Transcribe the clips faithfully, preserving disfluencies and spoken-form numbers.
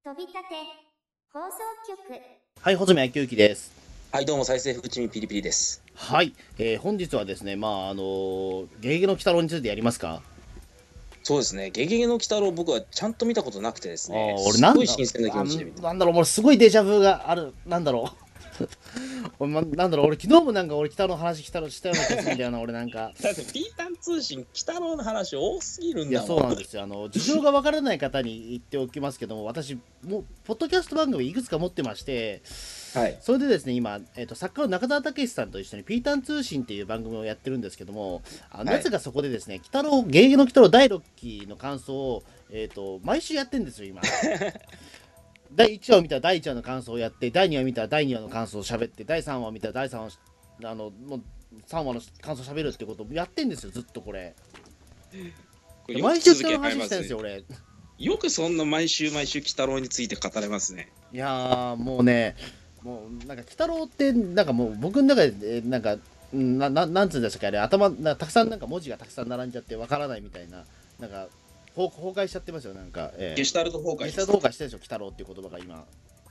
飛び立て放送局。 はい、穂積昭之です。 はい、どうも再生風ちみピリピリです。 はい、えー本日はですね、まああのーゲゲゲの鬼太郎についてやりますか？ そうですね、ゲゲゲの鬼太郎僕はちゃんと見たことなくてですあね、 ー俺なんだすごい新鮮な気持ちで見て。 あんなんだろう、俺すごいデジャブがある。なんだろう俺まなんだろう俺昨日もなんか俺鬼太郎の話鬼太郎したような気がするんだよな俺なんか。 だってピータン通信鬼太郎の話多すぎるんいやだもん。 そうなんですよ。あの事情がわからない方に言っておきますけども、私もうポッドキャスト番組いくつか持ってまして、 はい。 それでですね今、えー、と作家の中澤武さんと一緒にピータン通信っていう番組をやってるんですけども、あのはいやつがそこでですね鬼太郎ゲゲゲの鬼太郎だいろっきの感想を、えー、と毎週やってるんですよ今。だいいちわを見たらだいいちわの感想をやって、だいにわ見たらだいにわの感想を喋って、だいさんわを見たらだいさんわあのもうさんわの感想を喋るってことをやってんですよずっとこれ。 これよく毎週鬼太郎の続けられますね話してるんですよ。俺よくそんな毎週毎週鬼太郎について語れますね。 いやーもうね、もうなんか鬼太郎ってなんかもう僕の中でえーなんかんなななんつうんですかあれ頭なたくさんなんか文字がたくさん並んじゃってわからないみたいな、なんか崩崩壊しちゃってますよなんか。えーゲシュタルト崩壊ゲシュタです。 ルト崩壊してるでしょ鬼太郎っていう言葉が今。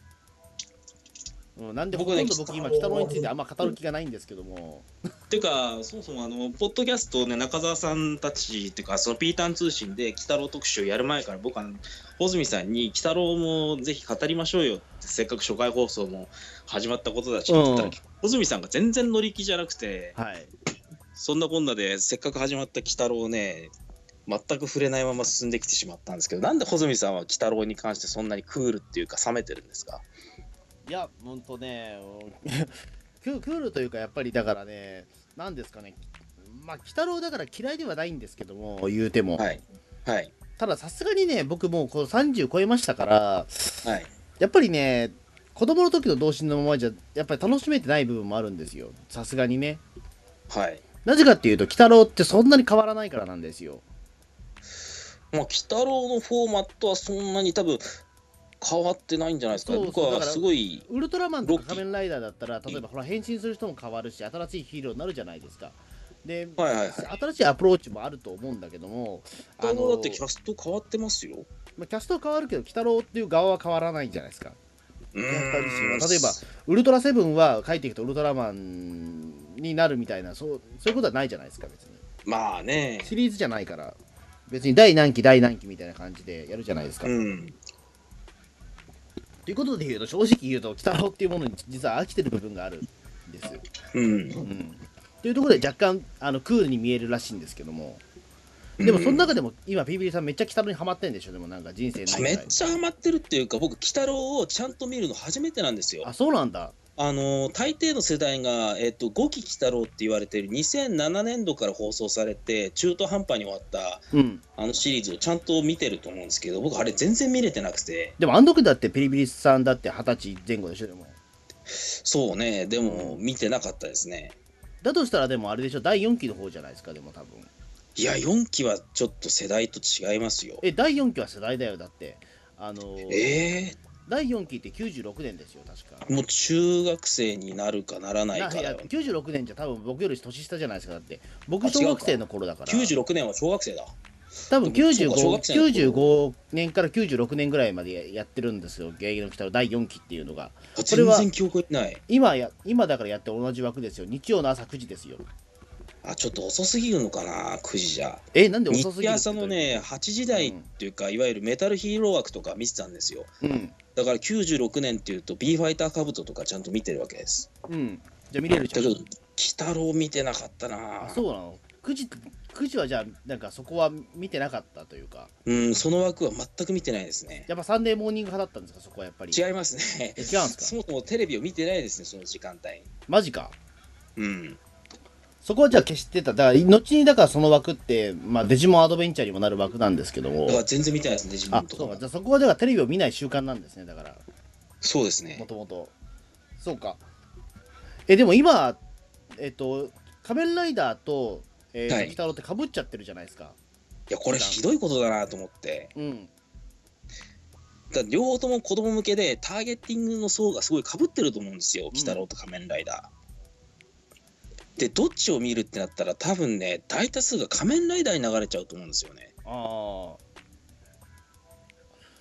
うん、なんでほ僕ねとんど僕今鬼太郎についてあんま語る気がないんですけども。 っていうかそもそもあのポッドキャストね中澤さんたちっていうかそのピータン通信で鬼太郎特集をやる前から僕は穂積さんに鬼太郎もぜひ語りましょうよってせっかく初回放送も始まったことだしって言ったら、 うん穂積さんが全然乗り気じゃなくて、 はい。 そんなこんなでせっかく始まった鬼太郎をね全く触れないまま進んできてしまったんですけど、なんで穂積さんは鬼太郎に関してそんなにクールっていうか冷めてるんですか？ いやほんとねククールというかやっぱりだからね、なんですかね、まあ鬼太郎だから嫌いではないんですけども言うても。 はいはいたださすがにね僕もうこうさんじゅう超えましたから、 はいやっぱりね子供の時の童心のままじゃやっぱり楽しめてない部分もあるんですよ、さすがにね。 はいなぜかっていうと鬼太郎ってそんなに変わらないからなんですよ。 まあ鬼太郎のフォーマットはそんなに多分変わってないんじゃないですか。 そうそうだから僕はすごいウルトラマンとかロッキー仮面ライダーだったら例えばほら変身する人も変わるし新しいヒーローになるじゃないですか。で、 はいはいはい。 新しいアプローチもあると思うんだけども、 鬼太郎だってキャスト変わってますよ。 まあ、キャストは変わるけど鬼太郎っていう側は変わらないじゃないですか。 うーんキャラクター自身は例えばウルトラセブンは帰っていくとウルトラマンになるみたいな、そうそういうことはないじゃないですか別に。 まあね。 シリーズじゃないから別に第何期第何期みたいな感じでやるじゃないですか。 うん。 ということで言うと正直言うと鬼太郎っていうものに実は飽きてる部分があるんですよ。 うん。 うんというところで若干あのクールに見えるらしいんですけども、でもその中でも今 ピービーディー さんめっちゃ鬼太郎にハマってるんでしょ。でもなんか人生ないぐらいめっちゃハマってるっていうか、僕鬼太郎をちゃんと見るの初めてなんですよ。 あ、そうなんだ。 あの大抵の世代が、えっと、ごき鬼太郎って言われているにせんななねんどから放送されて中途半端に終わったうんあのシリーズをちゃんと見てると思うんですけど、僕あれ全然見れてなくて。 でもあの時だってピリピリさんだってはたちぜん後でしょ。でもそうね、でも見てなかったですね。 だとしたらでもあれでしょ、だいよんきの方じゃないですか。でも多分いやよんきはちょっと世代と違いますよ。 えだいよんきは世代だよ。だってあのーえだいよんきってきゅうじゅうろくねんですよ確か。 ー、もう中学生になるかならないかないやだよ。 きゅうじゅうろくねんじゃ多分僕より年下じゃないですか。だって僕あ違うか小学生の頃だから。 きゅうじゅうろくねんは小学生だ。 多分でもそうか小 95、 学生の頃きゅうじゅうごねんからきゅうじゅうろくねんぐらいまでやってるんですよ、ゲゲゲの鬼太郎だいよんきっていうのが。 あこれは全然記憶にない。 今や、今だからやって同じ枠ですよ。日曜の朝くじですよ。 あちょっと遅すぎるのかなくじじゃ。 え、なんで遅すぎるって日朝のねはちじ台っていうか、いわゆるメタルヒーロー枠とか見てたんですよ。 うん。 だからきゅうじゅうろくねんっていうと B ファイターカブトとかちゃんと見てるわけです。 うん。じゃあ見れるじゃん。 だけど鬼太郎見てなかったな。 あ、そうなの。くじ、くじはじゃあ、なんかそこは見てなかったというか。 うんその枠は全く見てないですね。 やっぱサンデーモーニング派だったんですか、そこはやっぱり。 違いますね。 え違うんですか。 そもそもテレビを見てないですねその時間帯。 マジか。 うんそこはじゃあ消してた。だから、後にだからその枠って、まあデジモンアドベンチャーにもなる枠なんですけども。 だから全然見てないですね自分、とかあそうか。じゃあそこはだからテレビを見ない習慣なんですね。だから、 そうですねも。ともと。そうか。え、でも今、えっと、仮面ライダーと、えーとはい鬼太郎ってかぶっちゃってるじゃないですか。 いやこれひどいことだなと思って。 うん。 だ両方とも子供向けでターゲッティングの層がすごい被ってると思うんですよ、 ん鬼太郎と仮面ライダー。でどっちを見るってなったら多分ね大多数が仮面ライダーに流れちゃうと思うんですよね。 ああ。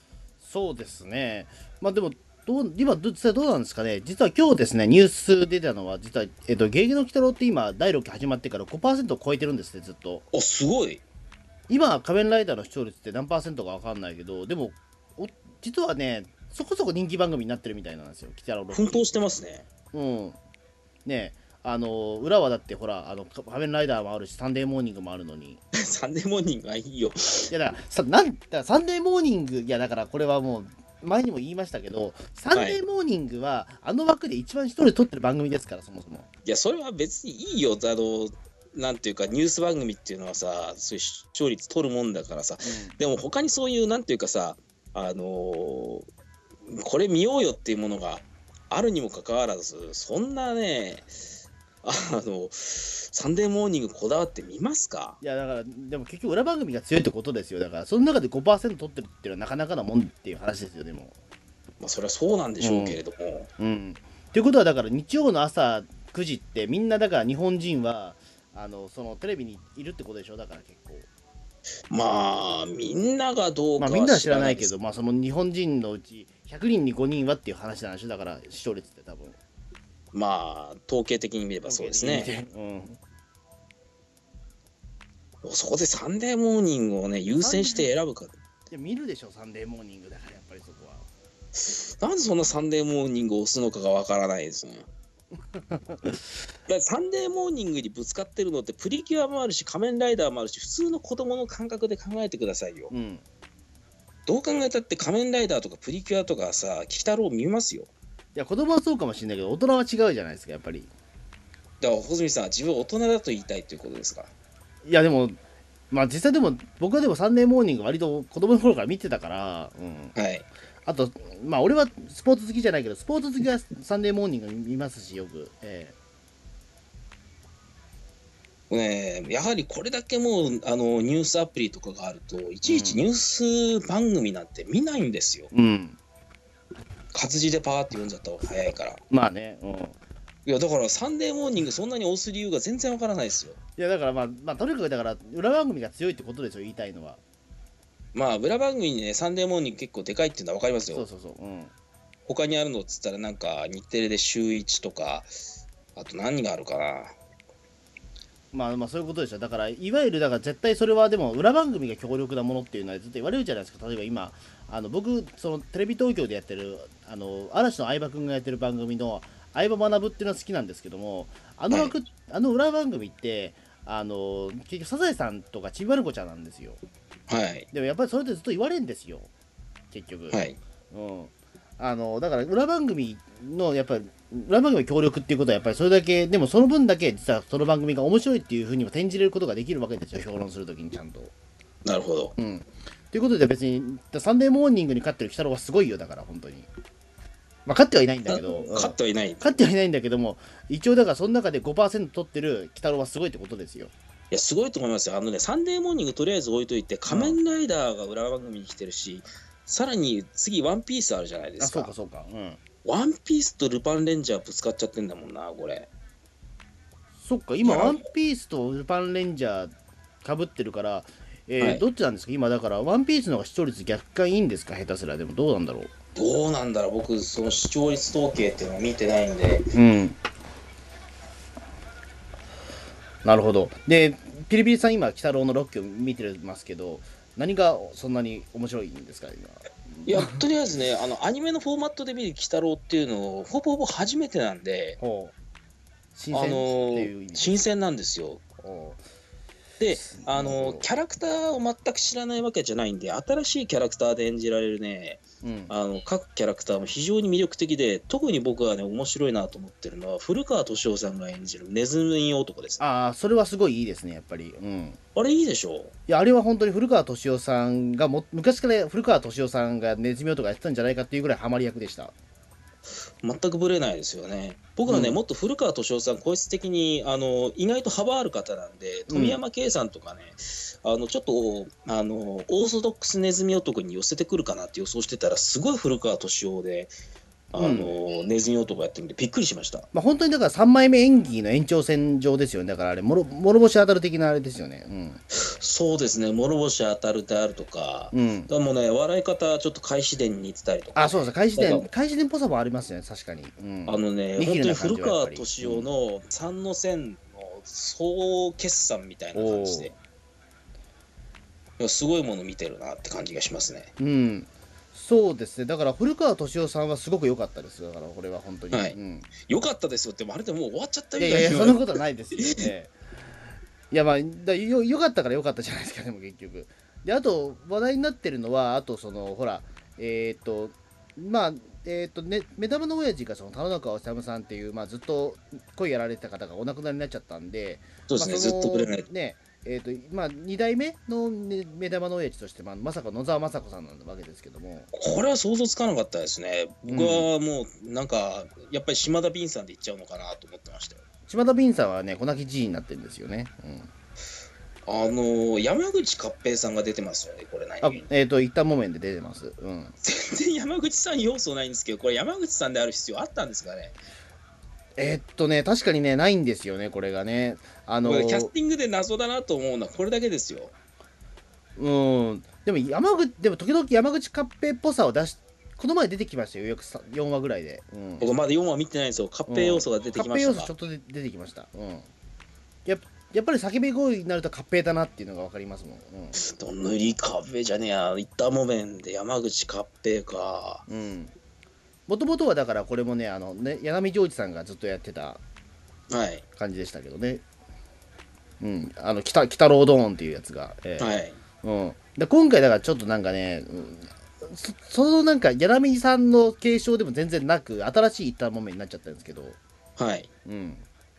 そうですね。まあでも、どう今、実際どうなんですかね。実は今日ですね、ニュース出たのは、実は、えっと、ゲゲゲの鬼太郎って今、だいろっき始まってからごパーセントを超えてるんですね、ずっと。 あ、すごい。 今、仮面ライダーの視聴率って何パーセントか分かんないけど、でも、お実はね、そこそこ人気番組になってるみたいなんですよ、鬼太郎ロッキー。 奮闘してますね。 うん。ねあの、裏はだってほら、あの、仮面ライダーもあるし、サンデーモーニングもあるのに。 サンデーモーニングがいいよ。 いやだからさなんだからサンデーモーニング、いやだからこれはもう前にも言いましたけど、サンデーモーニングはあの枠で一番一人で撮ってる番組ですから、そもそも。 いや、それは別にいいよ。あの、なんていうか、ニュース番組っていうのはさ、そういう視聴率取るもんだからさ。 うん、 でも他にそういう、なんていうかさ、あのーこれ見ようよっていうものがあるにもかかわらず、そんなね、あの、サンデーモーニングこだわって見ますか？ いやだからでも結局裏番組が強いってことですよ。だからその中で ごパーセント 取ってるっていうのはなかなかなもんっていう話ですよ。でもまあ、それはそうなんでしょうけれども。 うん、うん、ということはだから日曜の朝くじってみんなだから日本人はあのそのテレビにいるってことでしょ。だから結構まあ、みんながどうかまあみんなは知らないけですど、まあその日本人のうちひゃくにんにごにんはっていう話なんでしょ。だから視聴率って多分まあ、統計的に見ればそうですね。 うん、 そこでサンデーモーニングをね、優先して選ぶか。 いや見るでしょ、サンデーモーニングだからやっぱりそこは。 なんでそんなサンデーモーニングを押すのかがわからないですね。だからサンデーモーニングにぶつかってるのってプリキュアもあるし仮面ライダーもあるし、普通の子供の感覚で考えてくださいよ。 うん、 どう考えたって仮面ライダーとかプリキュアとかさ、鬼太郎見ますよ。 いや子供はそうかもしれないけど大人は違うじゃないですかやっぱり。 だから穂積さんは自分は大人だと言いたいということですか？ いやでもまあ実際でも僕はでもサンデーモーニング割と子供の頃から見てたから、うん、 はい。 あとまあ俺はスポーツ好きじゃないけどスポーツ好きはサンデーモーニング見ますしよく、えね、やはりこれだけもうあのニュースアプリとかがあるといちいちニュース番組なんて見ないんですよ。 え、うん、 活字でパーって読んじゃった方が早いから。 まあね、うん、 いやだからサンデーモーニングそんなに押す理由が全然わからないですよ。 いやだからまあまあとにかくだから裏番組が強いってことですよ言いたいのは。 まあ裏番組にねサンデーモーニング結構でかいっていうのはわかりますよ。 そうそうそう、うん、 他にあるのっつったらなんか日テレで週いちとか、あと何があるかな。 まあまあそういうことでしょ。だからいわゆるだから絶対それはでも裏番組が強力なものっていうのはずっと言われるじゃないですか。例えば今あの僕そのテレビ東京でやってるあの嵐の相葉君がやってる番組の相葉学っていうのは好きなんですけども、あの枠、はい、あの裏番組ってあの結局サザエさんとかちびまる子ちゃんなんですよ。 はい。 でもやっぱりそれってずっと言われるんですよ結局。 はい。 うん。あのだから裏番組のやっぱり裏番組協力っていうことはやっぱりそれだけでもその分だけ実はその番組が面白いっていうふうにも転じれることができるわけですよ評論するときにちゃんと。 なるほど。 うん。ということで別にサンデーモーニングに勝ってる鬼太郎はすごいよだから本当に。まあ勝ってはいないんだけど。 勝ってはいない。 勝ってはいないんだけども一応だからその中で ごパーセント 取ってる鬼太郎はすごいってことですよ。 いやすごいと思いますよ。あのねサンデーモーニングとりあえず置いといて仮面ライダーが裏番組に来てるし、うん、さらに次ワンピースあるじゃないですか。 あそうかそうか。うん。 ワンピースとルパンレンジャーぶつかっちゃってんだもんなこれ。 そっか今ワンピースとルパンレンジャーかぶってるから、えーはい、どっちなんですか今だからワンピースの方が視聴率逆感いいんですか下手すら。でもどうなんだろう。 どうなんだろう僕その視聴率統計っていうのは見てないんで。 うん。なるほど。でピリピリさん今鬼太郎のろっきを見てますけど何がそんなに面白いんですか今。 いやとりあえずねあのアニメのフォーマットで見る鬼太郎っていうのをほぼほぼ初めてなんで、 ほう新鮮っていう意味、 あの新鮮なんですよ。であのキャラクターを全く知らないわけじゃないんで新しいキャラクターで演じられるね、うん、あの各キャラクターも非常に魅力的で特に僕がね面白いなと思ってるのは古川敏夫さんが演じるネズミ男です、ね、 ああそれはすごいいいですねやっぱり、うん、 あれいいでしょ。 いやあれは本当に古川敏夫さんがも昔から古川敏夫さんがネズミ男やってたんじゃないかっていうぐらいハマり役でした。 全くブレないですよね。僕はね、うん、もっと古川敏夫さん個質的にあの意外と幅ある方なんで富山圭さんとかね、うん、あのちょっとあのオーソドックスネズミ男に寄せてくるかなって予想してたらすごい古川敏夫であの、ネズミ男やってみてびっくりしました。 まあ、本当にだからさんまいめ演技の延長線上ですよね。だからあれ、もろ諸星当たる的なあれですよね。うん。 そうですね、諸星当たるであるとか、 うん、 でもね、笑い方、ちょっと開始伝に似てたりとか、ね、 あ、そうです、開始伝、 なんか開始伝っぽさもありますよね、確かに。うん、 あのね、 ニヒ本当に古ルな感じはやっ川ぱり敏夫の三の線の総決算みたいな感じで、いやすごいもの見てるなって感じがしますね。 うん、そうですね、だから古川敏夫さんはすごく良かったです、だからこれは本当に。 はい、 うん、 よかったですよって、あれでもう終わっちゃったみたいな。 いやいや、そんなことはないですよね。いや、まあ、だよよかったからよかったじゃないですか、でも結局。で、あと、話題になってるのは、あと、その、ほら、えーっと、まあ、えーっとね、目玉の親父がその田中治さんっていう、まあ、ずっと声やられてた方がお亡くなりになっちゃったんで、 そうですね、 まあ、 ずっとぶれない。 ね、えーっと、まあ、に代目の、ね、目玉の親父として、まあ、まさか野沢雅子さんなわけですけども。 これは想像つかなかったですね。僕はもう、なんか、やっぱり島田敏さんでいっちゃうのかなと思ってましたよ。 島田敏さんはね、子泣きじいになってるんですよね。うん、 あのー、山口勝平さんが出てますよね、これ何あ、えーっと、一旦木綿で出てます。うん。 全然山口さん要素ないんですけど、これ山口さんである必要あったんですかね。 えーっとね、確かにね、ないんですよね、これがね。あのー、 キャスティングで謎だなと思うのはこれだけですよ。 うん、でも山口、でも時々山口勝平っぽさを出し、この前出てきましたよ、よくよんわぐらいで。うん、 僕まだよんわ見てないんですよ。勝平要素が出てきましたか、 うん、勝平要素ちょっとで出てきました。うん、ややっぱり叫び声になると勝平だなっていうのが分かりますもん。 どん塗り壁じゃねえや、いったもめんで山口勝平か。 うん。もともとはだからこれもね、あのね、柳ジョージさんがずっとやってた感じでしたけどね。うん、あの北北ロードーンっていうやつが。えー、はい。うん、で今回だからちょっとなんかね、うん、そ, そのなんか柳さんの継承でも全然なく新しい一旦もめになっちゃったんですけど、 はい、 うん、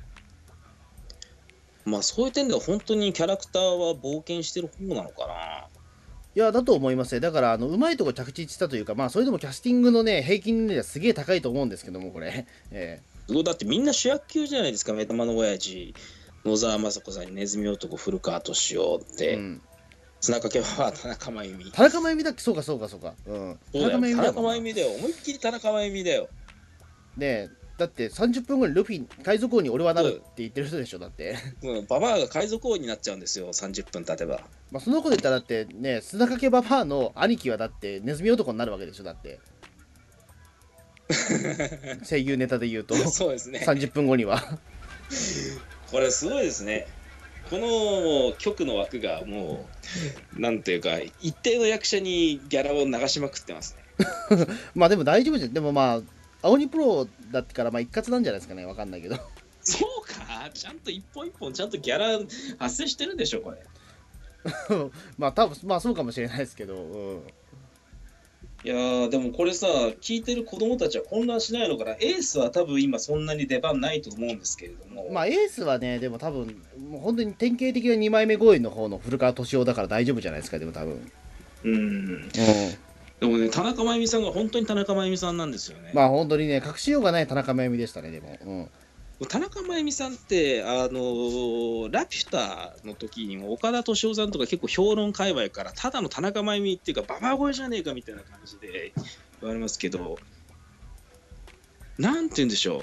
まあそういう点では本当にキャラクターは冒険してる方なのかな。 いやだと思いますよ。だからあのうまいとこ着地したというか、まあそれでもキャスティングのね平均年齢はすげえ高いと思うんですけども、これ、えー、だってみんな主役級じゃないですか。目玉の親父野沢雅子さんにネズミ男古川敏夫って、うん、砂掛けは田中真由美。 田中真由美だっけ。そうかそうかそうか。うん。 そうだよ、田中真由美だよ。思いっきり田中真由美だよ。 ねえ、だってさんじゅっぷんごにルフィ海賊王に俺はなるって言ってる人でしょ、だって。 うん、ババアが海賊王になっちゃうんですよ、さんじゅっぷん経てば。 まあそのこと言ったらだってね、砂かけババアの兄貴はだってネズミ男になるわけでしょ、だって。声優ネタで言うと。 そうですね。 さんじゅっぷんごには。 これすごいですね。この局の枠がもうなんていうか一定の役者にギャラを流しまくってますね。 まあでも大丈夫じゃん。でもまあ青鬼プロだってからまあ一括なんじゃないですかね。わかんないけど。 そうか、ちゃんと一本一本ちゃんとギャラ発生してるんでしょこれ。 まあ多分まあそうかもしれないですけど。うん、 いやーでもこれさ、聞いてる子供たちは混乱しないのかな。エースは多分今そんなに出番ないと思うんですけれども、 まあエースはね、でも多分もう本当に典型的なにまいめ超えの方の古川敏夫だから大丈夫じゃないですか。でも多分うん、うん、でもね、田中真由美さんが本当に田中真由美さんなんですよね。 まあ本当にね、隠しようがない田中真由美でしたね。でも、 うん、田中真由美さんってあのー、ラピュタの時にも岡田敏夫さんとか結構評論界隈からただの田中真由美っていうかババア声じゃねえかみたいな感じで言われますけど、なんて言うんでしょう、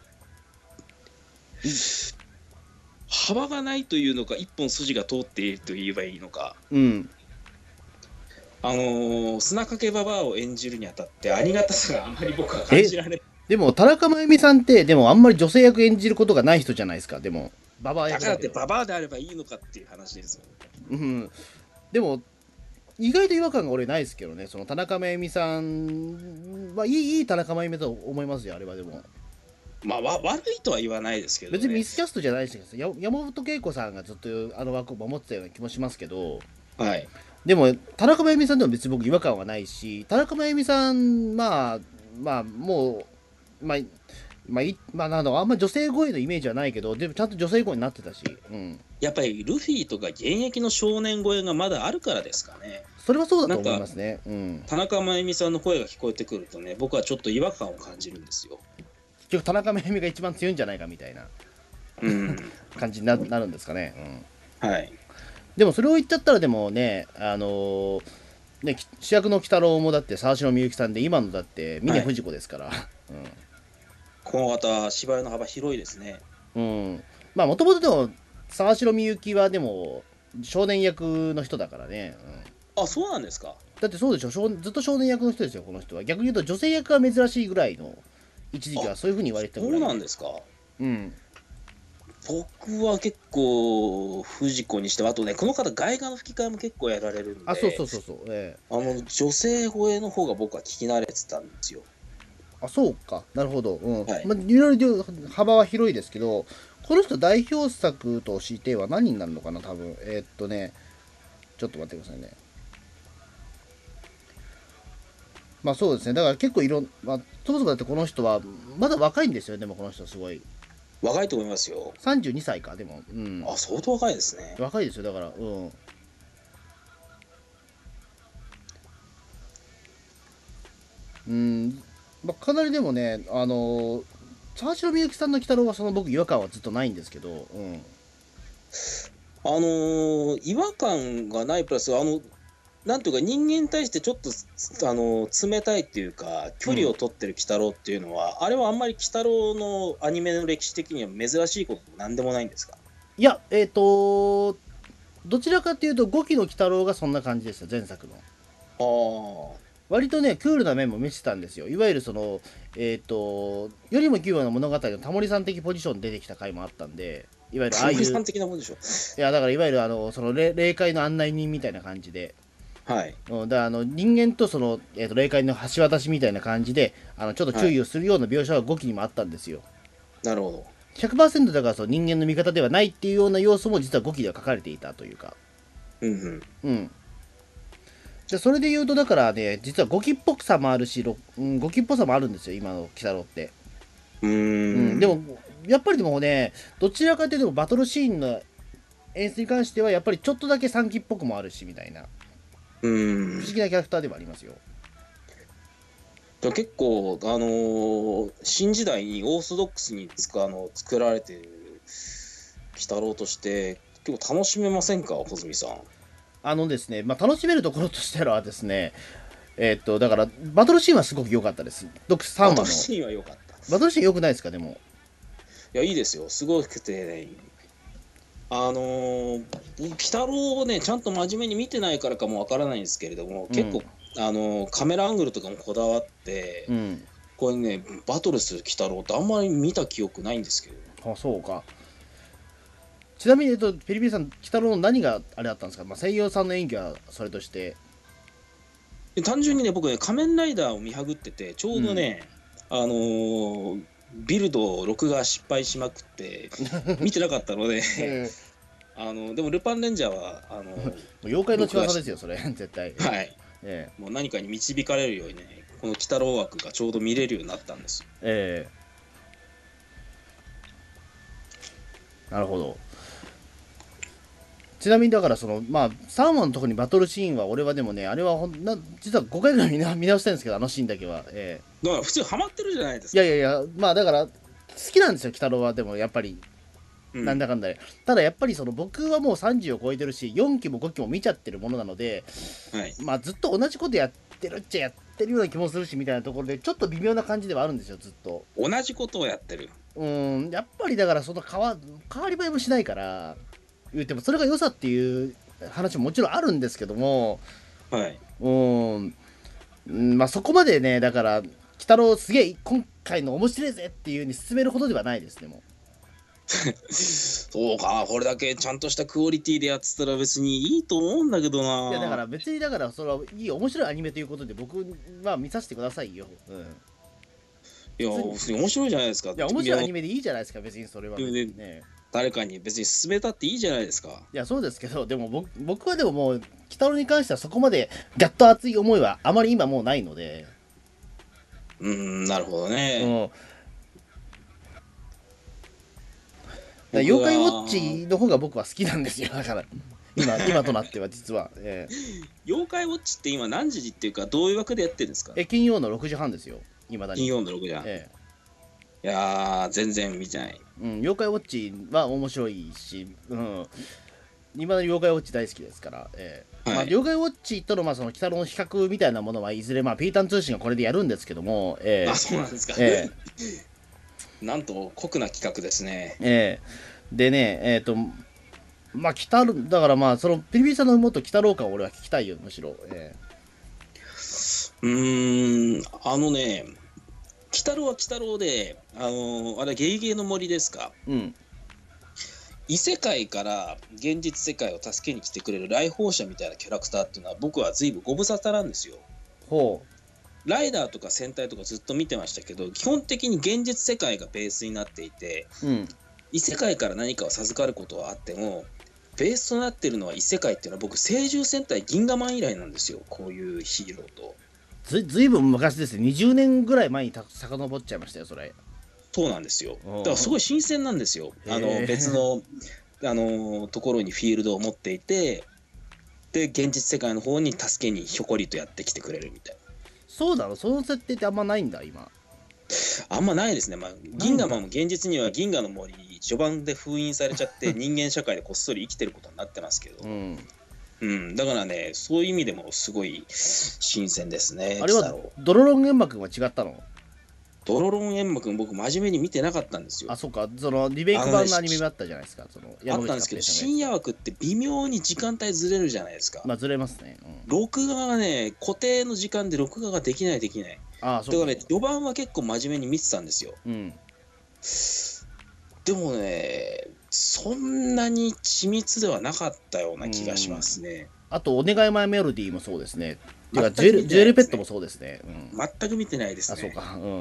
幅がないというのか一本筋が通っていると言えばいいのか、 うん、 あのー、砂かけババアを演じるにあたってありがたさがあまり僕は感じられない。 でも田中真由美さんってでもあんまり女性役演じることがない人じゃないですか。でもババア役だからってババアであればいいのかっていう話ですよ、 うん、でも意外と違和感が俺ないですけどね。その田中真由美さんはいい、いい田中真由美と思いますよ、あれは。でもまあわ悪いとは言わないですけど、ね、 別にミスキャストじゃないですけど、山本恵子さんがずっとあの枠を守ってたような気もしますけど、 はい、 でも田中真由美さんでも別に僕違和感はないし、田中真由美さんまあまあもうまあまあ、まあ、なんだろう、あんま女性声のイメージはないけど、でもちゃんと女性声になってたし、うん、 やっぱりルフィとか現役の少年声がまだあるからですかね。 それはそうだと思いますね。うん、 田中真由美さんの声が聞こえてくるとね、僕はちょっと違和感を感じるんですよ。 結局田中真由美が一番強いんじゃないかみたいな、うん、感じに な, なるんですかね、 うん、はい。 でもそれを言っちゃったらでもね、あのー、ね主役の鬼太郎もだって沢城みゆきさんで、今のだって峰不二子ですから、はい、 この方芝居の幅広いですね。 うん、うん、まあもともとでも沢城みゆきはでも少年役の人だからね、うん、 あ、そうなんですか。 だってそうでしょ、少ずっと少年役の人ですよこの人は。逆に言うと女性役が珍しいぐらいの、一時期はそういう風に言われてたぐらい。 そうなんですか。 うん、 僕は結構藤子にしては、あとね、この方外画の吹き替えも結構やられるんで、 あ、そうそうそうそう、ええ、 あの女性声の方が僕は聞き慣れてたんですよ。 あ、そうか、なるほど、うん、 はい、 まあ、いろいろ幅は広いですけど、この人代表作としては何になるのかな、多分。えーっとね、ちょっと待ってくださいね。まあそうですね、だから結構いろん、まあ、そもそもだってこの人はまだ若いんですよ。でもこの人すごい若いと思いますよ。 さんじゅうにさいか。でも、うん、 あ、相当若いですね。 若いですよ。だから、うん、うん、まあ、かなりでもね、あの沢城みゆきさんの鬼太郎はその僕違和感はずっとないんですけど、うん、 あのー違和感がないプラス、あのなんていうか、人間に対してちょっとあの冷たいっていうか距離を取ってる鬼太郎っていうのは、うん、あれはあんまり鬼太郎のアニメの歴史的には珍しいことなんでもないんですか？ いや、えっ、とどちらかというとごきの鬼太郎がそんな感じですよ、前作の。 ああ、 割とねクールな面も見せてたんですよ。いわゆるそのえっ、とよりも奇妙な物語のタモリさん的ポジションで出てきた回もあったんで、いわゆるああいう、いタモリさん的なもんでしょ。 やだからいわゆるあのその霊霊界の案内人みたいな感じで、 はい、 うん、だからあの人間とその、えー、と霊界の橋渡しみたいな感じで、あのちょっと注意をするような描写がごきにもあったんですよ。 なるほど。 ひゃくパーセント だからその人間の味方ではないっていうような要素も実はごきでは書かれていたというか、 うんうん。 うん、でそれで言うとだからね、実はごきっぽくさもあるし、ろうん、ごきっぽさもあるんですよ今の鬼太郎って。 うーうん、 ん。 でもやっぱりでもね、どちらかというとバトルシーンの演出に関してはやっぱりちょっとだけさんきっぽくもあるしみたいなうーん。 不思議なキャラクターではありますよ。 じゃあ結構、あのー新時代にオーソドックスにつかあの作られている鬼太郎として結構楽しめませんか、穂積さん。 あのですね、まあ、楽しめるところとしてはですね、えーっとだからバトルシーンはすごく良かったです。さんわのバトルシーンは良かった。 バトルシーン良くないですか。でもいや、いいですよ。すごくてね、あのー、鬼太郎をね、ちゃんと真面目に見てないからかもわからないんですけれども、 うん結構、あのーカメラアングルとかもこだわって、 うん、 これね、バトルする鬼太郎ってあんまり見た記憶ないんですけど、 あ、そうか。ちなみに、えっと、ピリピリさん、鬼太郎の何があれだったんですか。まあ、声優さんの演技はそれとして。 で単純にね、僕ね、仮面ライダーを見はぐってて、ちょうどね、あのービルドを録画失敗しまくって見てなかったのでえあのでもルパンレンジャーはあのー妖怪の力ですよそれ絶対。 はい、 えもう何かに導かれるようにね、この鬼太郎枠がちょうど見れるようになったんですよ。 ー、えー、なるほど。ちなみにだからそのまあさんわのところにバトルシーンは俺はでもね、あれはほんな実はごかいぐらい見な見直したんですけど、あのシーンだけは。えだから普通ハマってるじゃないですー、いか。 やいやいや、まあだから好きなんですよ鬼太郎は。でもやっぱりうん、 なんだかんだで、ただやっぱりその僕はもうさんじゅうを超えてるしよんきもごきも見ちゃってるものなので、 はい、 まあずっと同じことやってるっちゃやってるような気もするしみたいなところでちょっと微妙な感じではあるんですよずっと。 同じことをやってる。 うーん、やっぱりだからその変わ変わり映えもしないから言ってもそれが良さっていう話ももちろんあるんですけども、 はい。 うーん、うんまあそこまでね、だから鬼太郎すげえ今回の面白いぜっていう風に進めるほどではないですね。もそうか、これだけちゃんとしたクオリティでやってたら別にいいと思うんだけどな。 ういやだから別にだからそれはいい面白いアニメということで僕は見させてくださいよ。うん、 いや、普通に面白いじゃないですか。 いや面白いアニメ。 メでいいじゃないですか別にそれは別にね。 誰かに別に勧めたっていいじゃないですか。 いやそうですけど、でも僕僕はでももう鬼太郎に関してはそこまでガッと熱い思いはあまり今もうないので、 うーん、なるほどうん、 ね。 だから妖怪ウォッチの方が僕は好きなんですよ。だから今今となっては実は、え妖怪ウォッチって今何時っていうかどういう枠でやってるんですか？ ー、え金曜のろくじはんですよいまだに。 金曜のろくじゃん。 えいやー、全然見てない。 ーうん、妖怪ウォッチは面白いし、うん、いまだに妖怪ウォッチ大好きですから、えーはいまあ、了解ウォッチとのまあその鬼太郎の比較みたいなものはいずれまあピータン通信がこれでやるんですけども、えーあ、そうなんですか。 えなんと酷な企画ですね。 ーえーでね、えっ、と、まあ、鬼太郎、だからまあ、そのピリピリさんのもっと鬼太郎感を俺は聞きたいよ、むしろ。えうーん、あのね、鬼太郎は鬼太郎で、あのーあれ、ゲゲゲの森ですか。 ーうん。 異世界から現実世界を助けに来てくれる来訪者みたいなキャラクターっていうのは僕は随分ご無沙汰なんですよ。 ほライダーとか戦隊とかずっと見てましたけど、基本的に現実世界がベースになっていて、 う。うん。 異世界から何かを授かることはあっても、ベースとなっているのは異世界っていうのは僕、聖獣戦隊銀河マン以来なんですよ、こういうヒーローと。 ずずいぶん昔ですね。にじゅうねんぐらい前にた遡っちゃいましたよ、それ。 そうなんですよ。 おーだからすごい新鮮なんですよ。あのへー別のあのところにフィールドを持っていて、で現実世界の方に助けにひょこりとやってきてくれるみたいそうだろ、その設定ってあんまないんだ、今。 な。あんまないですね。まあ、銀河マンも現実には銀河の森序盤で封印されちゃって人間社会でこっそり生きてることになってますけど、 うん。 うん、だからね、そういう意味でもすごい新鮮ですね。 あれは鬼太郎、 ドロロン玄馬くんは違ったの？ ドロロンエンマ君、僕真面目に見てなかったんですよ。 あ、そうか、そのリメイク版のアニメもあったじゃないですか。そのあったんですけど、深深夜枠って微妙に時間帯ずれるじゃないですか。 まあずれますね。うん、 録画がね、固定の時間で録画ができないできない。 ああ、そうか。 だからね、序盤は結構真面目に見てたんですよ。 うん。 でもね、そんなに緻密ではなかったような気がしますね。 あと、お願いマイメロディーもそうですね。てか、 全くジュエル、 見てないですねジュエルペットもそうですね。うん。 全く見てないですあ、そうね。 か。うん。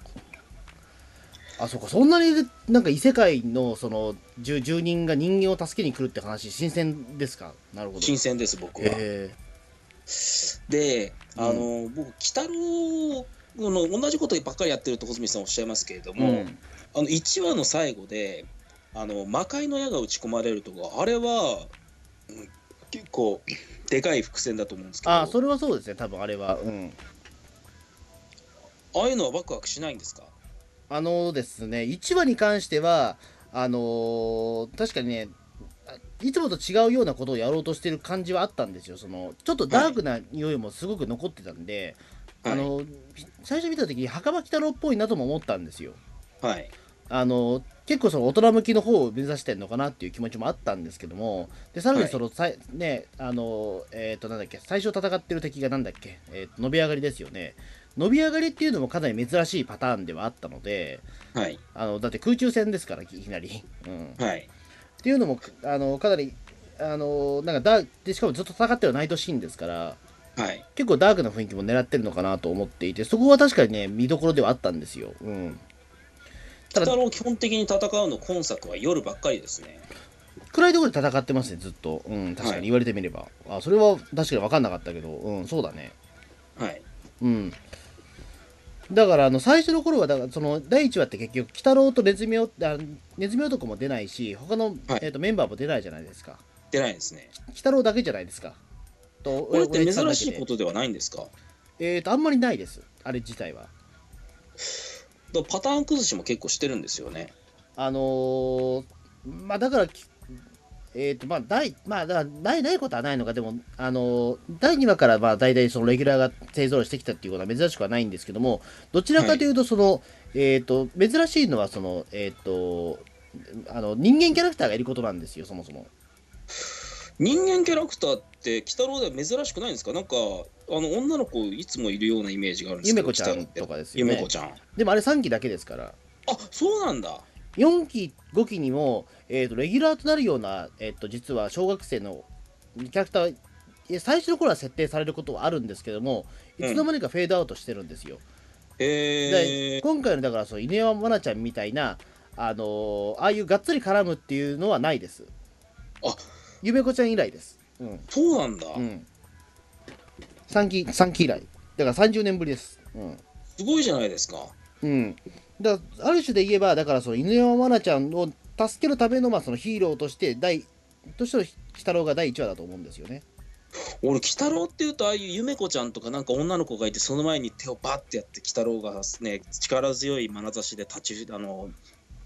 あ、そうか。そんなになんか異世界のその住住人が人間を助けに来るって話、新鮮ですか？なるほど。 新鮮です、僕は。 へで、あの、 う僕、鬼太郎の同じことばっかりやってると穂積さんおっしゃいますけれども、 うんあのいちわの最後で、あの魔界の矢が打ち込まれるとか、あれは、うん結構でかい伏線だと思うんですけど、 あ、それはそうですね。多分あれは。うん。 ああいうのはワクワクしないんですか？ あのですね、いちわに関しては、あのー確かにね、あいつもと違うようなことをやろうとしてる感じはあったんですよ。そのちょっとダークな匂いもすごく残ってたんで、 はいあの最初見た時に袴鬼太郎っぽいなとも思ったんですよ。 はいあの結構その大人向きの方を目指してるのかなっていう気持ちもあったんですけども、でさらにその、さいね、あのえっ、となんだっけ、最初戦ってる敵がなんだっけ、えーと伸び上がりですよね。伸び上がりっていうのもかなり珍しいパターンではあったので、 はいあのだって空中戦ですからいきなり、うん、 はいっていうのもあのかなりあのなんかダーでしかもずっと戦ってはナイトシーンですからはい。 結構ダークな雰囲気も狙ってるのかなと思っていて、そこは確かにね見どころではあったんですよ。うん、ただ鬼太郎基本的に戦うの今作は夜ばっかりですね。 暗いところで戦ってますねずっと、うん、確かに言われてみれば、あそれは確かに分かんなかったけど、うん、そうだね。 はいうんだからあの最初の頃はだからそのだいいちわって結局鬼太郎とネズミおあネズミ男も出ないし他の、 はいえー、とメンバーも出ないじゃないですか。 出ないですね。 鬼太郎だけじゃないですか。とこれって珍しいとことではないんですか？だかえーとあんまりないですあれ自体は。 らパターン崩しも結構してるんですよね。 あのーまあだからきえーとまあ大まあだからないないことはないのか。でもあのーだいにわからまあ大体そのレギュラーが勢ぞろいしてきたっていうことは珍しくはないんですけども、どちらかというとその、えーと珍しいのはそのえーとあの人間キャラクターがいることなんですよそもそも。 人間キャラクターって鬼太郎では珍しくないんですか？なんかあの女の子いつもいるようなイメージがあるんですけど、 ゆめこちゃん鬼太郎ってとかですよね。 ゆめこちゃん。 でもあれさんきだけですから。 あ、そうなんだ。 よんきごきにも、えーとレギュラーとなるような、えーと実は小学生のキャラクターいや最初の頃は設定されることはあるんですけども、いつの間にかフェードアウトしてるんですよ。でへえ。 今回のだからその犬山愛菜ちゃんみたいな、あのーああいうがっつり絡むっていうのはないです。 あ、 ゆめこちゃん以来です。うんそうなんだ。 うんさんきさんき以来だからさんじゅうねんぶりです。うんすごいじゃないですか。 うん、だからある種で言えばだからその犬山愛菜ちゃんを助けるためのまあそのヒーローとして第としての鬼太郎がだいいちわだと思うんですよね。 俺鬼太郎っていうとああいうゆめこちゃんとかなんか女の子がいてその前に手をバッてやって鬼太郎がね力強い眼差しで立ちあの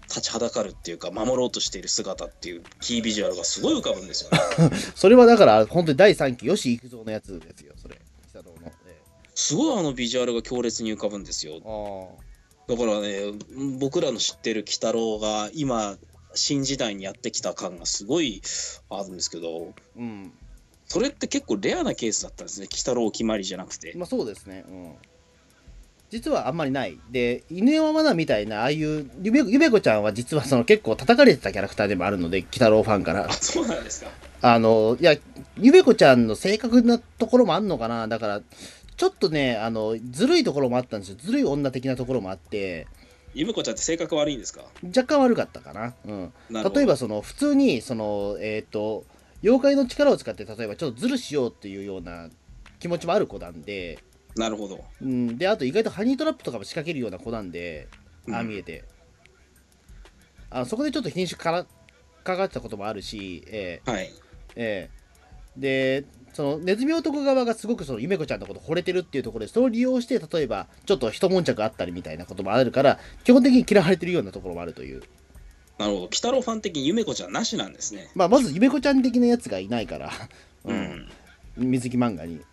立ちはだかるっていうか守ろうとしている姿っていうキービジュアルがすごい浮かぶんですよね。 それはだから本当にだいさんき吉幾三のやつですよ、それ。鬼太郎の。えすごいあのビジュアルが強烈に浮かぶんですよ。 ー、あだからね、僕らの知ってる鬼太郎が今新時代にやってきた感がすごいあるんですけど、 ーうん。 それって結構レアなケースだったんですね。鬼太郎お決まりじゃなくて。 まあそうですね。うん。実はあんまりない。で、犬山マナみたいな、ああいうゆめ、ゆめこちゃんは実はその結構叩かれてたキャラクターでもあるので、鬼太郎ファンからあ、。そうなんですか。 あの、いや、ゆめこちゃんの正確なところもあんのかな。だから、ちょっとね、あの、ずるいところもあったんですよ。ずるい女的なところもあって、 ゆめこちゃんって性格悪いんですか？ 若干悪かったかな。うん。 なるほど。 例えば、その、普通に、その、えっ、と、妖怪の力を使って、例えばちょっとずるしようっていうような気持ちもある子なんで、 なるほど。 うん、で、あと意外とハニートラップとかも仕掛けるような子なんで、ああうん見えて。あのそこでちょっと品種からかかってたこともあるし、えはい。 ーえーで、そのネズミ男側がすごくそのゆめこちゃんのこと惚れてるっていうところで、それを利用して、例えばちょっと一悶着あったりみたいなこともあるから、基本的に嫌われてるようなところもあるという。 なるほど。鬼太郎ファン的にゆめこちゃんなしなんですね。 まあ、まずゆめこちゃん的なやつがいないから、ううんん。 水木漫画に。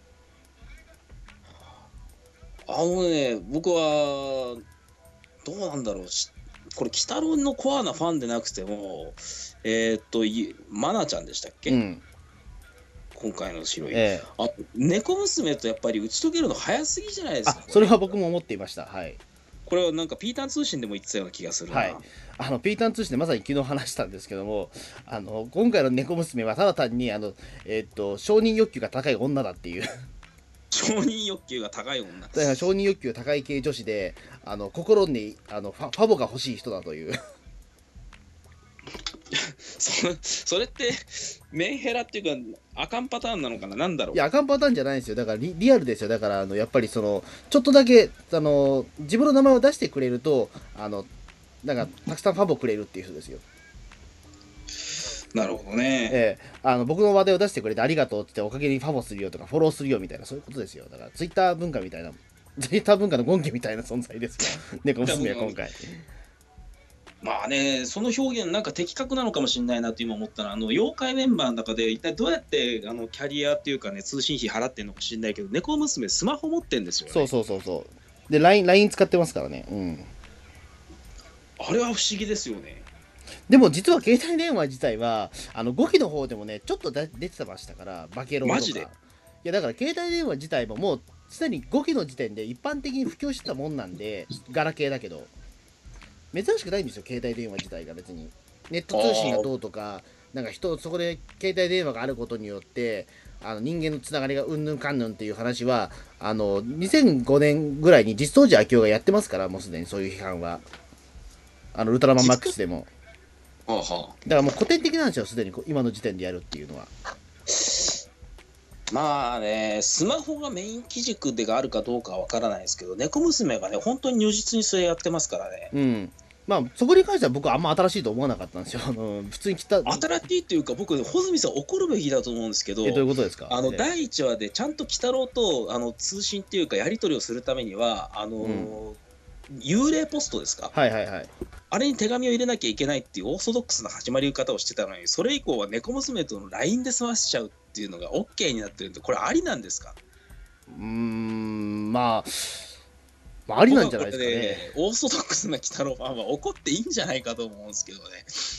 あのね、僕は、どうなんだろう。しこれ、鬼太郎のコアなファンでなくても、えーっと、いマナちゃんでしたっけ、 うん。 今回の白い。 ええあ、猫娘とやっぱり打ち解けるの早すぎじゃないですか。 あ、それは僕も思っていました。はい。 これはなんかピーターン通信でも言ってたような気がするな。 はい、あのピーターン通信でまさに昨日話したんですけども、あの今回の猫娘はただ単にあの、えーっと承認欲求が高い女だっていう承認欲求が高い女。 だから承認欲求高い系女子で、あの心にあのファファボが欲しい人だというそそれってメンヘラっていうかあかんパターンなのかな、なんだろう。 いやあかんパターンじゃないんですよ。だからリリアルですよ。だからあのやっぱりそのちょっとだけあの自分の名前を出してくれると、あのなんかたくさんファボくれるっていう人ですよ。 なるほどね。 ええ、あの僕の話題を出してくれてありがとうって言って、おかげにファボするよとかフォローするよみたいな、そういうことですよ。だからツイッター文化みたいな、ツイッター文化の権化みたいな存在ですよ。猫娘は今回。 まあね、その表現なんか的確なのかもしれないなって今思ったら、あの妖怪メンバーの中で一体どうやってあのキャリアっていうかね、通信費払ってんのか知んないけど、猫娘スマホ持ってんですよね。 そうそうそうそう。で、ライン、ライン使ってますからね。うん。 あれは不思議ですよね。 でも実は携帯電話自体は、あのごきの方でもね、ちょっと出てましたから、バケロンとか。 マジでいや、だから携帯電話自体ももう、すでにごきの時点で一般的に普及してたもんなんで、ガラケーだけど。珍しくないんですよ、携帯電話自体が別に。ネット通信がどうとか、なんか人、そこで携帯電話があることによって、あの人間のつながりがうんぬんかんぬんっていう話は、あのにせんごねんぐらいに実相寺明夫がやってますから、もうすでにそういう批判は。あのウルトラマンマックスでも。 はあはあ、 だからもう古典的なんですよ、すでに今の時点でやるっていうのは。 まあね、スマホがメイン基軸でがあるかどうかは分からないですけど、猫娘がね、本当に如実にそれやってますからね。 うん。まあ、そこに関しては僕はあんま新しいと思わなかったんですよ。あの普通に来た。 新しいっていうか、僕、穂積さん怒るべきだと思うんですけど、 え、どういうことですか？ あのえだいいちわでちゃんと鬼太郎とあの通信っていうか、やり取りをするためには、あのー幽霊ポストですか、 はいはいはい。 あれに手紙を入れなきゃいけないっていうオーソドックスな始まり方をしてたのに、それ以降は猫娘との ライン で済ませちゃうっていうのが OK になってるんで、これありなんですか？ うーん、まあ、まあ、ありなんじゃないですかね。 僕はこれね、オーソドックスな鬼太郎ファンは怒っていいんじゃないかと思うんですけどね。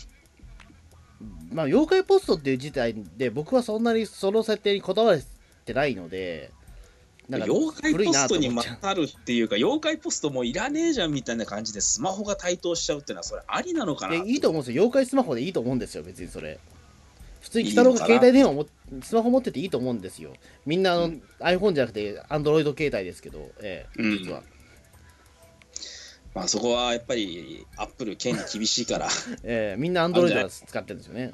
まあ、妖怪ポストっていう事態で、僕はそんなにその設定にこだわってないので、なんか妖怪古いなポストにと思っちゃう。 勝るっていうか、妖怪ポストもういらねえじゃんみたいな感じでスマホが台頭しちゃうっていうのは、それありなのかな。 いや、いいと思うんですよ。妖怪スマホでいいと思うんですよ、別にそれ。普通に鬼太郎が携帯電話もスマホ持ってていいと思うんですよ。みんなあの、うん、iPhone じゃなくて Android 携帯ですけど、ええ、実は。 うん、まあそこはやっぱりアップル権利厳しいから、 ええ、みんな Android 使ってるんですよね。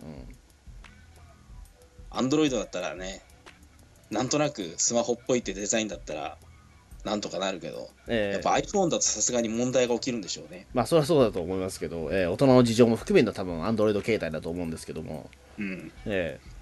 うん、Android だったらね、なんとなくスマホっぽいってデザインだったらなんとかなるけど、えー、やっぱ iPhone だとさすがに問題が起きるんでしょうね。 まあそれはそうだと思いますけど、えー、大人の事情も含めるの多分 Android 携帯だと思うんですけども、 うんえー、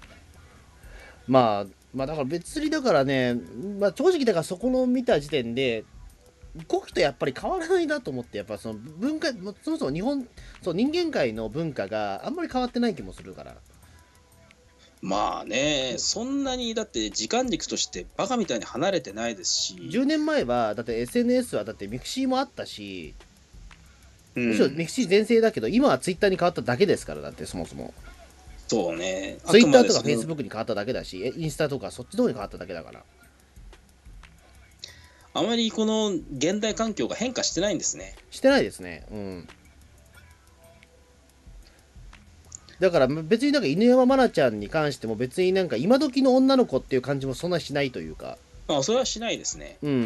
まあまあだから別にだからね、まあ、正直だからそこの見た時点で動きとやっぱり変わらないなと思って、やっぱその文化、もそもそも日本、そう人間界の文化があんまり変わってない気もするから。 まあね、そんなにだって時間軸としてバカみたいに離れてないですし、 じゅうねんまえはだって エスエヌエス はだってミクシーもあったし、 うんむしろミクシー全盛だけど、今はツイッターに変わっただけですから、だってそもそも。 そうね、 ツイッターとかあくまでそのフェイスブックに変わっただけだし、えインスタとかそっちの方に変わっただけだから。 あまりこの現代環境が変化してないんですね。 してないですね。うん。だから別になんか犬山愛菜ちゃんに関しても別になんか今時の女の子っていう感じもそんなしないというか。 まあそれはしないですね。 うん。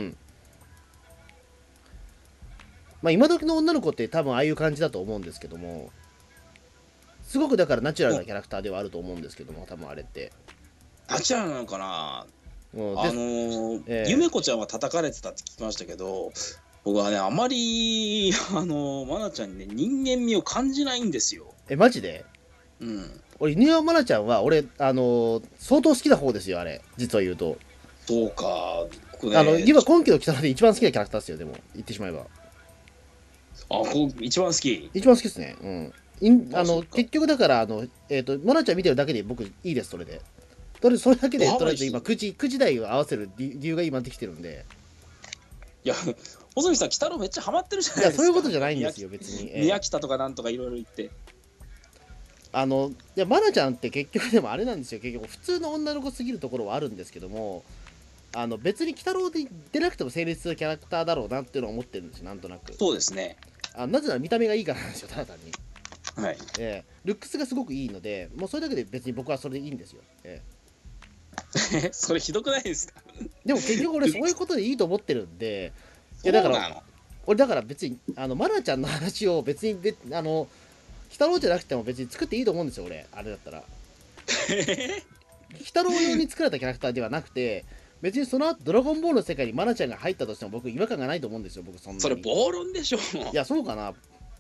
まあ今時の女の子って多分ああいう感じだと思うんですけども、すごくだからナチュラルなキャラクターではあると思うんですけども、多分あれって。 ナチュラルなのかな。 うん、 あのでーええゆめこちゃんは叩かれてたって聞きましたけど、僕はねあまりあのー、愛菜ちゃんにね人間味を感じないんですよ。 え、マジでうん。 俺、犬山愛菜ちゃんは俺、あのー相当好きな方ですよ、あれ。実は言うと。 そうか。僕ねあの、今、今期の鬼太郎で一番好きなキャラクターですよ、でも。言ってしまえば。 あこう一番好き。 一番好きですね。うん。いんあの、 あそっか結局だから、あの、えっ、と、愛菜ちゃん見てるだけで僕、いいです、それで。とりあえず、それだけで、とりあえず今、くじ、くじ台を合わせる理理由が今できてるんで。 いや穂積さん鬼太郎めっちゃハマってるじゃいや、 ないですか。 そういうことじゃないんですよ、別に。ええ宮北とかなんとかいろいろ言って。 あの、いや、愛菜ちゃんって結局でもあれなんですよ、結局、普通の女の子すぎるところはあるんですけども、あの、別に鬼太郎で出なくても成立するキャラクターだろうなっていうのは思ってるんですよ、なんとなく。 そうですね。 あなぜなら見た目がいいからなんですよ、ただ単に。 はい。 ええルックスがすごくいいので、もうそれだけで別に僕はそれでいいんですよ。えそれひどくないですか。 えでも結局俺そういうことでいいと思ってるんで、いそうやだからなの。 俺だから別にあのマナちゃんの話を別に別あの鬼太郎じゃなくても別に作っていいと思うんですよ、俺あれだったら。鬼太郎用に作られたキャラクターではなくて、別にその後ドラゴンボールの世界にマナちゃんが入ったとしても僕違和感がないと思うんですよ、僕そんなに。 それ暴論でしょ。 いやそうかな。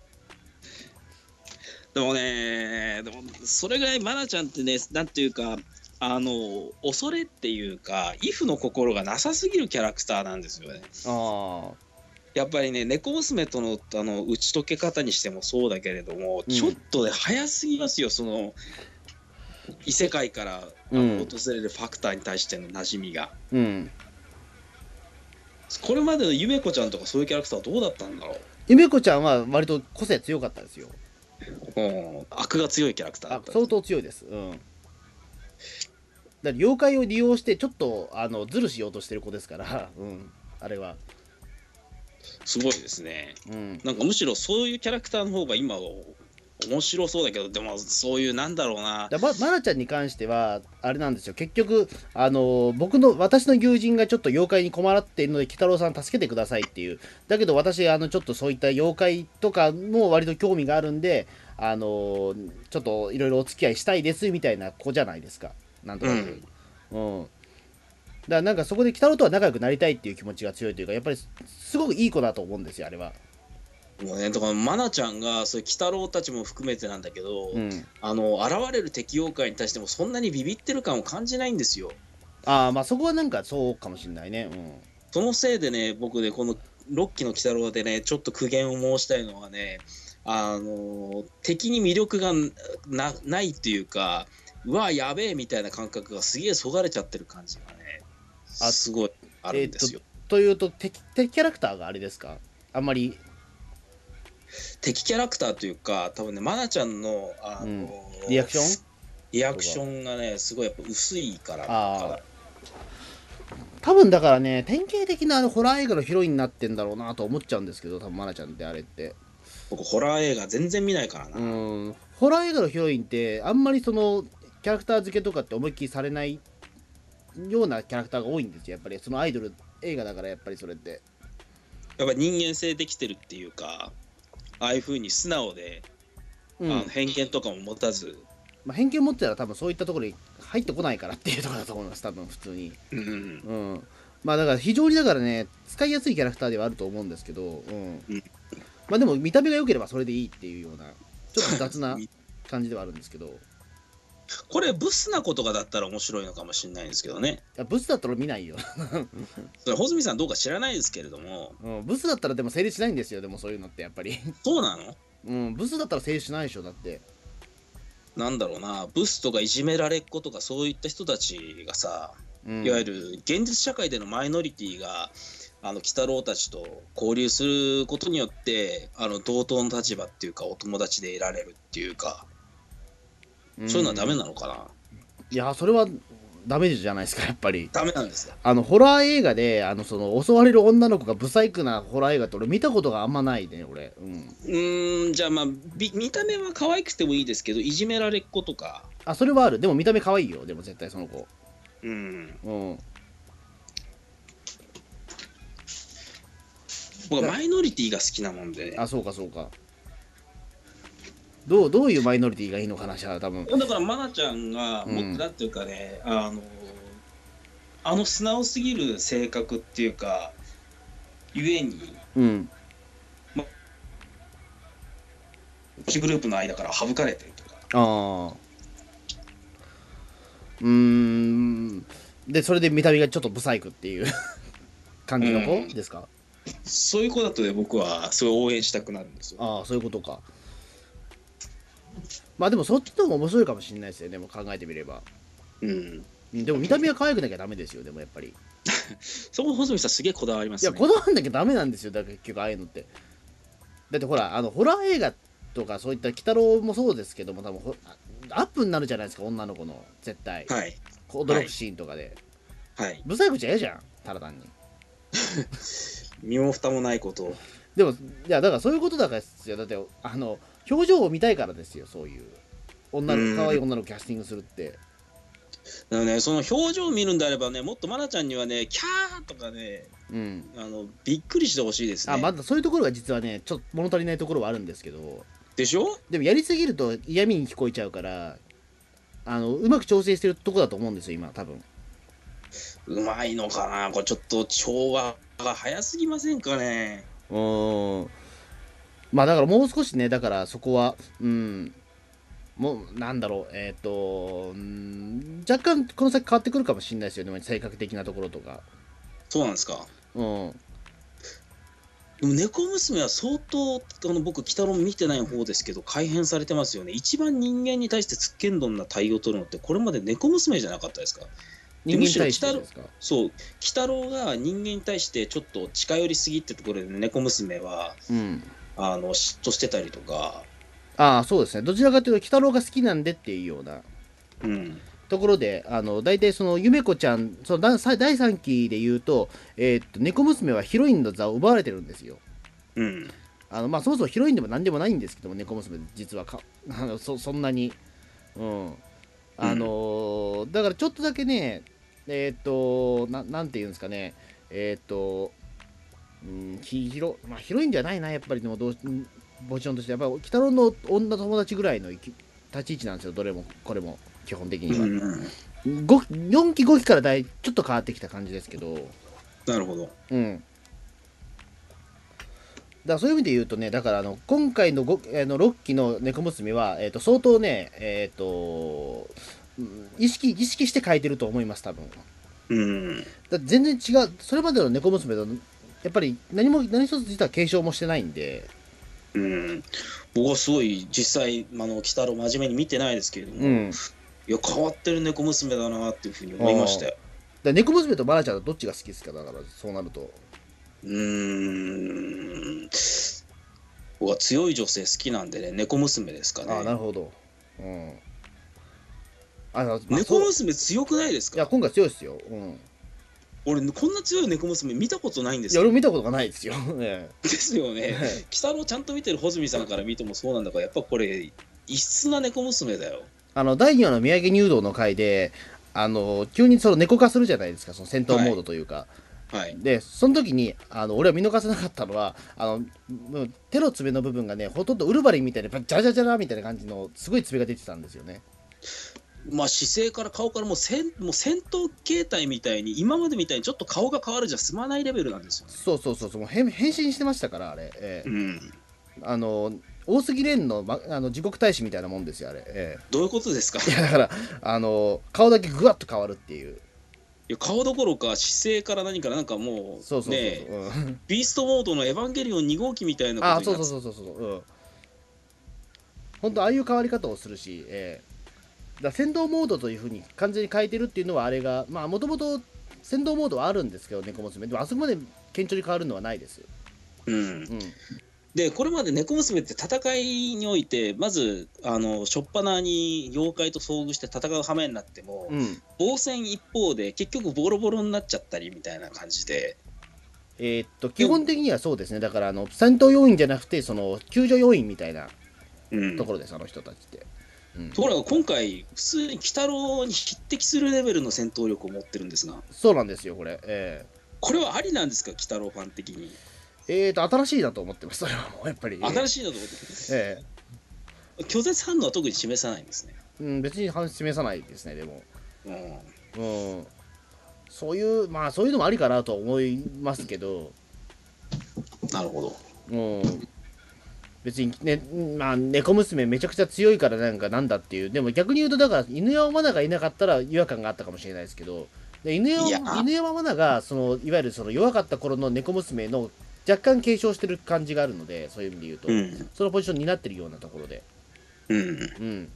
でもね、でもそれぐらい愛菜ちゃんってね、なんていうか、あの恐れっていうか、イフの心がなさすぎるキャラクターなんですよね。 ああやっぱりね、猫娘とのあの打ち解け方にしてもそうだけれども、 うんちょっとね、早すぎますよ、その異世界からあのうん訪れるファクターに対しての馴染みが。 うんこれまでのゆめこちゃんとかそういうキャラクターはどうだったんだろう。 ゆめこちゃんは割と個性強かったですよ。 うん、悪が強いキャラクターだったんですあ相当強いです。うん。だから妖怪を利用してちょっとあのズルしようとしてる子ですから、うん、あれは。 すごいですね。 うん。 なんかむしろそういうキャラクターの方が今面白そうだけど、でもそういうなんだろうな。 だままなちゃんに関してはあれなんですよ。結局あの僕の私の友人がちょっと妖怪に困っているので鬼太郎さん助けてくださいっていう。だけど私あのちょっとそういった妖怪とかも割と興味があるんで、あのちょっといろいろお付き合いしたいですみたいな子じゃないですか。なんとなく。うん。だからなんかそこで鬼太郎とは仲良くなりたいっていう気持ちが強いというか、やっぱりすごくいい子だと思うんですよ、あれは。 もうね、だから愛菜ちゃんがそういう鬼太郎たちも含めてなんだけど、 うん。 あの現れる敵妖怪に対してもそんなにビビってる感を感じないんですよ。 ああ、まあそこはなんかそうかもしんないね。うん。 そのせいでね、僕ね、このろっきの鬼太郎でね、ちょっと苦言を申したいのはね、あの敵に魅力が な, ないっていうか、うわやべえみたいな感覚がすげえそがれちゃってる感じがね、 あすごいあるんですよ。 というと敵敵キャラクターがあれですか、あんまり。 敵キャラクターというか、多分ね、愛菜ちゃんの、あのうんリアクションリアクションがね、すごいやっぱ薄いからあか多分だからね、典型的なあのホラー映画のヒロインになってんだろうなと思っちゃうんですけど、多分マナちゃんってあれって僕ホラー映画全然見ないからな。 うんホラー映画のヒロインってあんまりそのキャラクター付けとかって思いっきりされないようなキャラクターが多いんですよ、やっぱりそのアイドル映画だから。やっぱりそれってやっぱ人間性できてるっていうか、ああいう風に素直で、 うん、 あの偏見とかも持たず、 まあ、偏見持ってたら多分そういったところに入ってこないからっていうところだと思います、多分普通に。 うん、 うんまあだから非常にだからね使いやすいキャラクターではあると思うんですけど、うんうんまあでも見た目が良ければそれでいいっていうようなちょっと雑な感じではあるんですけどこれブスなことがだったら面白いのかもしれないんですけどね。 いやブスだったら見ないよ、 それ穂積さんどうか知らないですけれども、 うん、ブスだったらでも成立しないんですよ。でもそういうのってやっぱりそうなの？ うん、ブスだったら成立しないでしょ。だってなんだろうな、ブスとかいじめられっ子とかそういった人たちがさ、 うん、 いわゆる現実社会でのマイノリティがあの鬼太郎たちと交流することによってあの同等の立場っていうかお友達でいられるっていうか、そういうのはダメなのかな。 いやそれはダメじゃないですか。やっぱりダメなんですよ。 あのホラー映画であのその襲われる女の子がブサイクなホラー映画って俺見たことがあんまないね俺、うん、 うーんじゃあまあび見た目は可愛くてもいいですけどいじめられっ子とか、 あそれはある。でも見た目可愛いよ。でも絶対その子、 うんうん、 僕はマイノリティが好きなもんで、 あそうかそうか。どうどういうマイノリティがいいのかな。じゃあ多分だから愛菜ちゃんがもっとなんていうかね、うん、あのあの素直すぎる性格っていうかゆえに、 うんま、うちグループの間から省かれてるとか。 ああうーんでそれで見た目がちょっとブサイクっていう感じの子、うん、ですか。 そういう子だとね僕はすごい応援したくなるんですよ。 ああそういうことか。まあでもそっちの方が面白いかもしれないですよ。でも考えてみれば、 うん、 でも見た目は可愛くなきゃダメですよ。でもやっぱりそこ細見さんすげえこだわりますね。 いやこだわんなきゃダメなんですよ。だから結局ああいうのってだってほらあのホラー映画とかそういった鬼太郎もそうですけども多分アップになるじゃないですか女の子の絶対、 はい、 驚くシーンとかで、 はい、 ブサイクじゃ嫌じゃんただ単に身も蓋もないことを。 でもいやだからそういうことだからですよ。だってあの表情を見たいからですよ。そういう女の子可愛い女の子キャスティングするって。 だからねその表情を見るんであればねもっと愛菜ちゃんにはねキャーとかね、うん、あのびっくりしてほしいですね。 あまだそういうところが実はねちょっと物足りないところはあるんですけど。 でしょ。 でもやりすぎると嫌味に聞こえちゃうからあのうまく調整してるところだと思うんですよ今多分。 うまいのかなこれちょっと調和が早すぎませんかね。 うーんまあだからもう少しねだからそこはうんもうなんだろうえっ、ー、とうん若干この先変わってくるかもしれないですよね性格的なところとか。 そうなんですか。 うんでも猫娘は相当あの僕鬼太郎見てない方ですけど改変されてますよね。一番人間に対してつっけんどんな対応を取るのってこれまで猫娘じゃなかったですか。 人間に対してですか。 そう鬼太郎が人間に対してちょっと近寄りすぎってところで猫娘は、うん、あの嫉妬してたりとか。 ああそうですね。どちらかというと鬼太郎が好きなんでっていうような、うん、ところであの大体そのゆめこちゃんそのだだいさんきで言うと、えー、っと猫娘はヒロインの座を奪われてるんですよ。うん、あのまあそもそもヒロインでも何でもないんですけども猫娘実はかあの そ, そんなに、うんあのーうん、だからちょっとだけねえっ、ー、とななんていうんですかねえっ、ー、と、うん、ヒロまあヒロインじゃないなやっぱりでもどうポジションとしてやっぱり鬼太郎の女友達ぐらいの立ち位置なんですよ。どれもこれも基本的には、うん、よんきごきからだいちょっと変わってきた感じですけど。 なるほど。 うんだからそういう意味で言うとねだからあの今回のごあのろっきの猫娘は、えー、と相当ねえっ、ー、と意識意識して書いてると思います多分。うんだ全然違うそれまでの猫娘とやっぱり何も何一つ実は継承もしてないんで。 うん僕はすごい実際あの鬼太郎真面目に見てないですけれども、うん、いや変わってる猫娘だなっていうふうに思いましたよ。 だ猫娘とマナちゃんはどっちが好きですか。だからそうなるとうーん僕は強い女性好きなんでね猫娘ですかね。 ああなるほど、うん、 あ、まあ、猫娘強くないですか。 いや今回強いですよ、うん、 俺こんな強い猫娘見たことないんですよ。 いや俺見たことがないですよですよね。鬼太郎ちゃんと見てる穂積さんから見てもそうなんだからやっぱこれ異質な猫娘だよ。 あのだいにわの宮城入道の回であの急にその猫化するじゃないですかその戦闘モードというか、はいはい、でその時にあの俺は見逃せなかったのはあの手の爪の部分がねほとんどウルヴァリンみたいなジャラジャラジャラみたいな感じのすごい爪が出てたんですよね。 まあ姿勢から顔からもう戦もう戦闘形態みたいに今までみたいにちょっと顔が変わるじゃ済まないレベルなんですよね。 そうそうそうそうもう変変身してましたからあれ、えー、うんあの大杉蓮の、ま、あの地獄大使みたいなもんですよあれ、えどういうことですか？ え、いやだからあの顔だけぐわっと変わるっていう。 いや顔どころか姿勢から何からなんかもそうそうそうそう、 うね、 うん、 ビーストモードのエヴァンゲリオンに号機みたいなあことになってそうそうそうそうそう、うん、本当ああいう変わり方をするし、ええ、だから戦闘モードというふうに完全に変えてるっていうのはあれがまあもともと戦闘モードはあるんですけど猫娘でもあそこまで顕著に変わるのはないです。 うん、 うん、 でこれまで猫娘って戦いにおいてまずあの初っ端に妖怪と遭遇して戦う羽目になっても、 うん、 防戦一方で結局ボロボロになっちゃったりみたいな感じで、 えーっと基本的にはそうですね。だからあの戦闘要員じゃなくてその救助要員みたいなうん、 ところです、あの人たちって。うん、 ところが今回普通に鬼太郎に匹敵するレベルの戦闘力を持ってるんですが、 そうなんですよこれ、えこれはありなんですか？鬼太郎ファン的にー、えーっと新しいなと思ってますそれはもうやっぱり新しいなと思って、 え拒絶反応は特に示さないんですね。 ーうん、別に話示さないですねでも、 うん、 うん、そういうまあそういうのもありかなと思いますけど、 なるほど。 うん、別にね、まあ、猫娘めちゃくちゃ強いからなんかなんだっていう、でも逆に言うと、だから犬山マナがいなかったら違和感があったかもしれないですけど、で犬いや山犬山マナがそのいわゆるその弱かった頃の猫娘の若干継承してる感じがあるので、そういう意味で言うと、 うん、 そのポジションになってるようなところで、 うん、 うん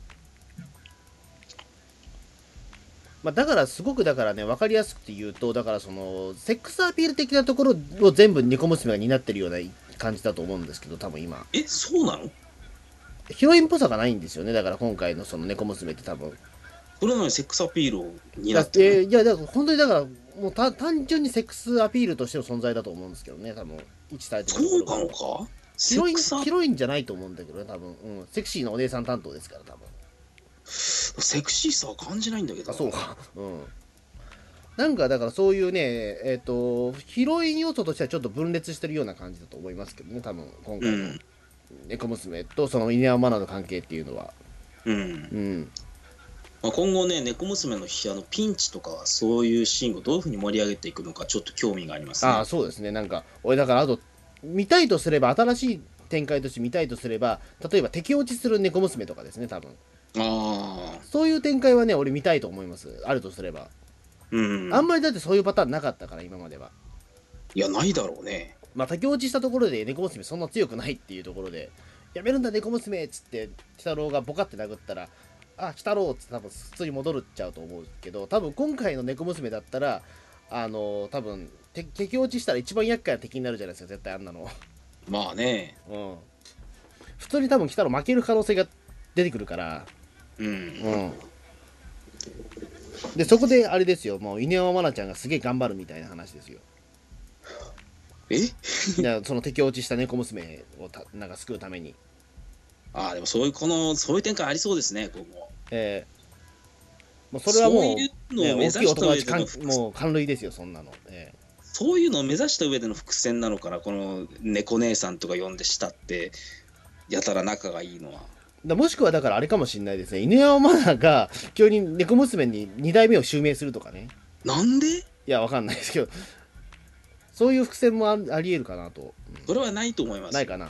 まあ、だからすごくだからね分かりやすくて言うと、だからそのセックスアピール的なところを全部猫娘が担ってるような感じだと思うんですけど、多分今。 え、そうなの？ ヒロインっぽさがないんですよね。だから今回のその猫娘って多分。 それなのにセックスアピールを担だってる。 いや、だから本当にだから、もうた単純にセックスアピールとしての存在だと思うんですけどね、多分。一対一そうなのか？ ヒロイン、 セックスアヒロインじゃないと思うんだけどね、多分。うん。セクシーなお姉さん担当ですから、多分。 セクシーさは感じないんだけど。 あ、そうか。うん。なんかだからそういうね、えっ、と、ヒロイン要素としてはちょっと分裂してるような感じだと思いますけどね、多分、今回のうん、 猫娘とその犬山マナの関係っていうのは。 うん。 うん。 まあ、今後ね、猫娘のあのピンチとかそういうシーンをどういうふうに盛り上げていくのかちょっと興味がありますね。 ああ、そうですね。なんか、俺だからあと、見たいとすれば、新しい展開として見たいとすれば、例えば敵落ちする猫娘とかですね、多分。 ああ、 そういう展開はね、俺見たいと思います。あるとすれば。 うん。 あんまりだってそういうパターンなかったから、今までは。 いや、ないだろうね。 まあ、竹落ちしたところで猫娘そんな強くないっていうところで、やめるんだ猫娘っつって、鬼太郎がボカって殴ったら、あ、鬼太郎っつって多分普通に戻るっちゃうと思うけど、多分今回の猫娘だったら、あの多分敵落ちしたら一番厄介な敵になるじゃないですか、絶対あんなの。 まあね。 うん。普通に多分来たら負ける可能性が出てくるから、 うん。 うん。で、そこであれですよ、もう犬山愛菜ちゃんがすげえ頑張るみたいな話ですよ。 えでその敵落ちした猫娘をたなんか救うために。 ああ、でもそういう、この、そういう展開ありそうですね、今後。 えー、もうそれはもう、 そういうのをね、 目指大きいおした上で友達かん、 の、 もう感類ですよ、そんなの。えそういうのを目指した上での伏線なのかな、この猫姉さんとか呼んでしたって、やたら仲がいいのは。 ー、だもしくはだからあれかもしれないですね、犬山愛菜が急に猫娘にに代目を襲名するとかね。 なんで？ いや、わかんないですけど、そういう伏線もあありえるかなと。うんそれはないと思います。 ないかな。うん。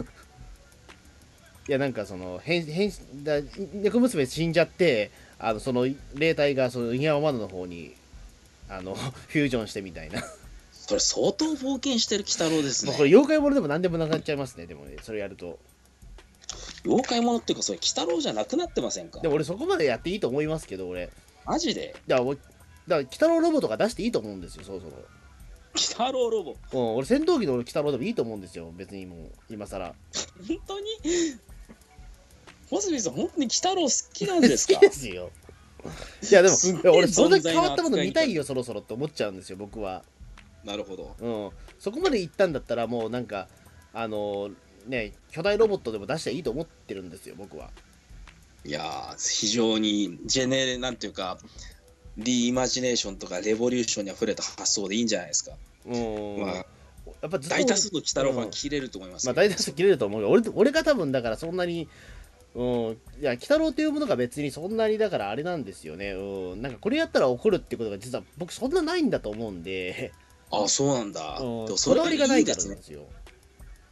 いや、なんかその変変だ猫娘死んじゃって、あのその霊体がその犬山愛菜の方にあのフュージョンしてみたいな。 それ相当冒険してる鬼太郎ですね。 もうこれ妖怪ものでも何でもなくなっちゃいますね、でもね、それやると。 妖怪ものっていうか、それ鬼太郎じゃなくなってませんか？ でも俺そこまでやっていいと思いますけど、俺。 マジで？ だから俺、だから鬼太郎ロボとか出していいと思うんですよ、そろそろ。 鬼太郎ロボ。 うん、俺戦闘機の鬼太郎でもいいと思うんですよ、別にもう、今更。 本当に穂積さん、本当に鬼太郎好きなんですか？ 好きですよ。いやでも、 すっげえ俺それだけ変わったもの存在の扱い見たいよ、そろそろって思っちゃうんですよ、僕は。 なるほど。 うん、そこまで行ったんだったらもうなんかあのね巨大ロボットでも出したらいいと思ってるんですよ僕は。 いやー、非常にジェネなんていうか、リイマジネーションとかレボリューションにあふれた発想でいいんじゃないですか。 うん、 まあ、 やっぱずっと大多数の鬼太郎ファうんン切れると思いますよ。 まあ大多数切れると思うよ。俺俺が多分だからそんなに、うん、いや鬼太郎っていうものが別にそんなにだからあれなんですよね。うん、なんかこれやったら怒るってことが実は僕そんなないんだと思うんで、 あ、そうなんだ。 うん、 でもそこだわりがないれがいいですね。 からなんですよ。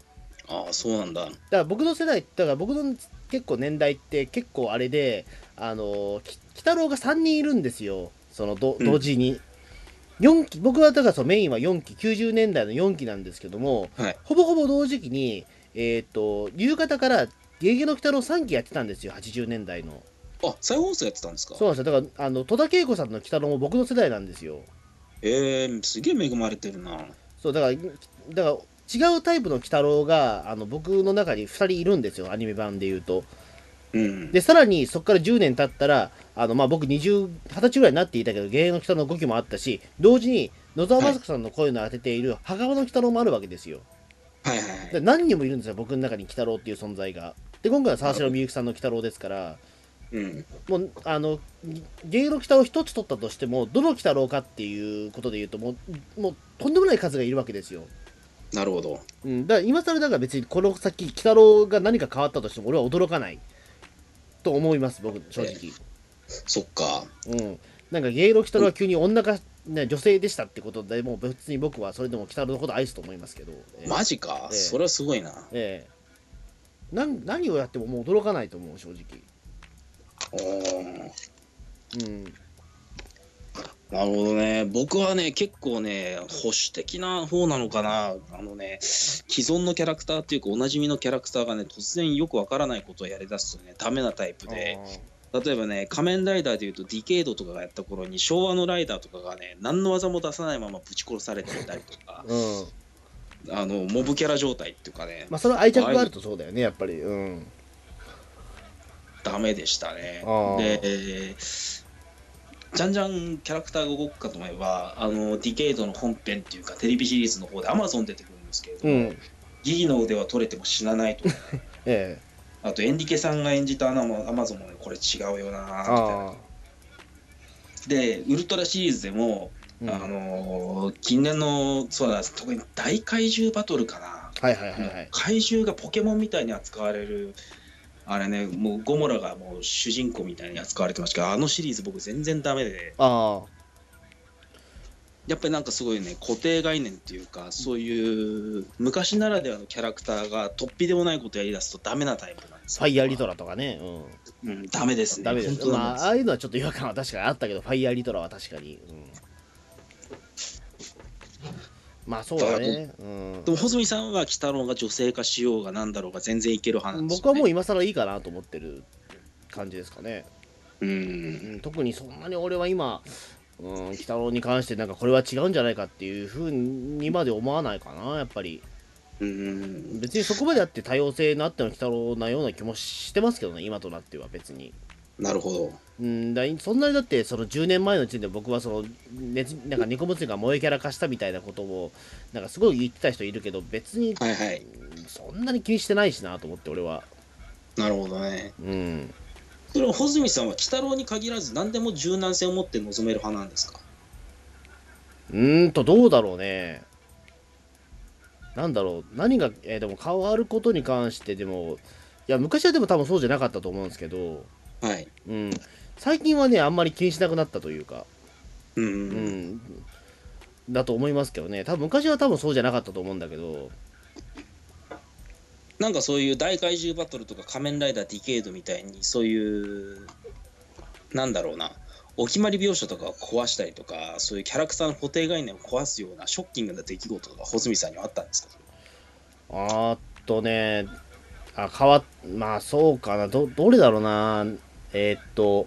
ああ、そうなんだ。 だから僕の世代、だから僕の結構年代って結構あれで、あのき鬼太郎がさんにんいるんですよ、そのど同時に。よんき、僕はだからそのメインはよんき、きゅうじゅうねんだいのよんきなんですけども、 はい。 ほぼほぼ同時期に、えっ、と、夕方からゲゲゲの鬼太郎さんきやってたんですよ、はちじゅうねんだいの。 あ、再放送やってたんですか？ そうなんですよ。だから、あの、戸田恵子さんの鬼太郎も僕の世代なんですよ。 えー、すげえ恵まれてるな。 そう、だから、だから違うタイプの鬼太郎が、あの、僕の中にふたりいるんですよ、アニメ版で言うと。 うん。 で、さらにそこからじゅうねん経ったら、あの、まあ、僕にじゅう、はたちぐらいになっていたけど、芸能の鬼太郎のごきもあったし、同時に野沢雅子さんの声の当てている羽川の鬼太郎もあるわけですよ。 はいはいはい。 で何人もいるんですよ、僕の中に鬼太郎っていう存在が。で、今回は沢城みゆきさんの鬼太郎ですから、 うん。 もう、あの、芸能鬼太郎一つ取ったとしても、どの鬼太郎かっていうことで言うと、もう、もうとんでもない数がいるわけですよ。 なるほど。 うん、だから今更だから別にこの先、鬼太郎が何か変わったとしても、俺は驚かないと思います、僕、正直。 そっか。 うん。なんか芸能鬼太郎は急に女が、ね、女性でしたってことでもう別に僕はそれでも鬼太郎のこと愛すと思いますけど。えーマジか、 ええそれはすごいな。 ええなん何をやってももう驚かないと思う、正直。 おー、 うん。 なるほどね。僕はね、結構ね、保守的な方なのかな。あのね、既存のキャラクターっていうか、おなじみのキャラクターがね、突然よくわからないことをやりだすとね、ダメなタイプで、例えばね、仮面ライダーでいうと、ディケイドとかがやった頃に、昭和のライダーとかがね、何の技も出さないままぶち殺されていたりとか、 うん。 あの、モブキャラ状態っていうかね、 まあ、その愛着があるとそうだよね、やっぱり。うん。 ダメでしたね。 あーで、えーじゃんじゃんキャラクターが動くかと思えば、あのディケイドの本編っていうかテレビシリーズの方でアマゾン出てくるんですけれども、 うん。 ギギの腕は取れても死なないとか、 ええあとエンリケさんが演じたアナもアマゾンもね、これ違うよなーみたいな。 ああ。 で、ウルトラシリーズでも、 うんあのー近年のそうだ特に大怪獣バトルかな、 はいはいはいはい。 怪獣がポケモンみたいに扱われる、あれね、もうゴモラがもう主人公みたいに扱われてましたけど、あのシリーズ僕全然ダメで、 ああ。 やっぱりなんかすごいね、固定概念っていうか、そういう昔ならではのキャラクターが突飛でもないことやりだすとダメなタイプなんですよ。 ファイヤーリトラとかね。うん。 うん、ダメですね。 ダメです。 本当ダメまあ、 です。 ああいうのはちょっと違和感は確かにあったけど、ファイヤーリトラは確かに。うん。まあそうだね。うんで。も、穂積さんは鬼太郎が女性化しようがなんだろうが全然いける派なんですよ、ね。 僕はもう今更いいかなと思ってる感じですかね。 う。 うんん、特にそんなに俺は今、うん、鬼太郎に関してなんかこれは違うんじゃないかっていうふうにまで思わないかな、やっぱり。 うん。 別にそこまであって多様性のあっての鬼太郎なような気もしてますけどね、今となっては別に。 なるほど。 うんだいそんなにだってそのじゅうねんまえの時点で僕はその、ね、なんか猫娘が萌えキャラ化したみたいなことをなんかすごい言ってた人いるけど別にはいはい。 そんなに気にしてないしなと思って俺は。 なるほどね。 うんそれは穂積さんは鬼太郎に限らず何でも柔軟性を持って臨める派なんですか？ うーんとどうだろうね。なんだろう何が、えーでも変わることに関してでもいや昔はでも多分そうじゃなかったと思うんですけど、 はい。 うん最近はねあんまり気にしなくなったというか、 うん。ううんんだと思いますけどね。多分昔は多分そうじゃなかったと思うんだけど。 なんかそういう大怪獣バトルとか仮面ライダーディケイドみたいにそういうなんだろうなお決まり描写とかを壊したりとかそういうキャラクターの固定概念を壊すようなショッキングな出来事とか穂積さんにはあったんですか？ あーっとね、あ、変わっ、まあそうかな、ど、どれだろうな、えーっと、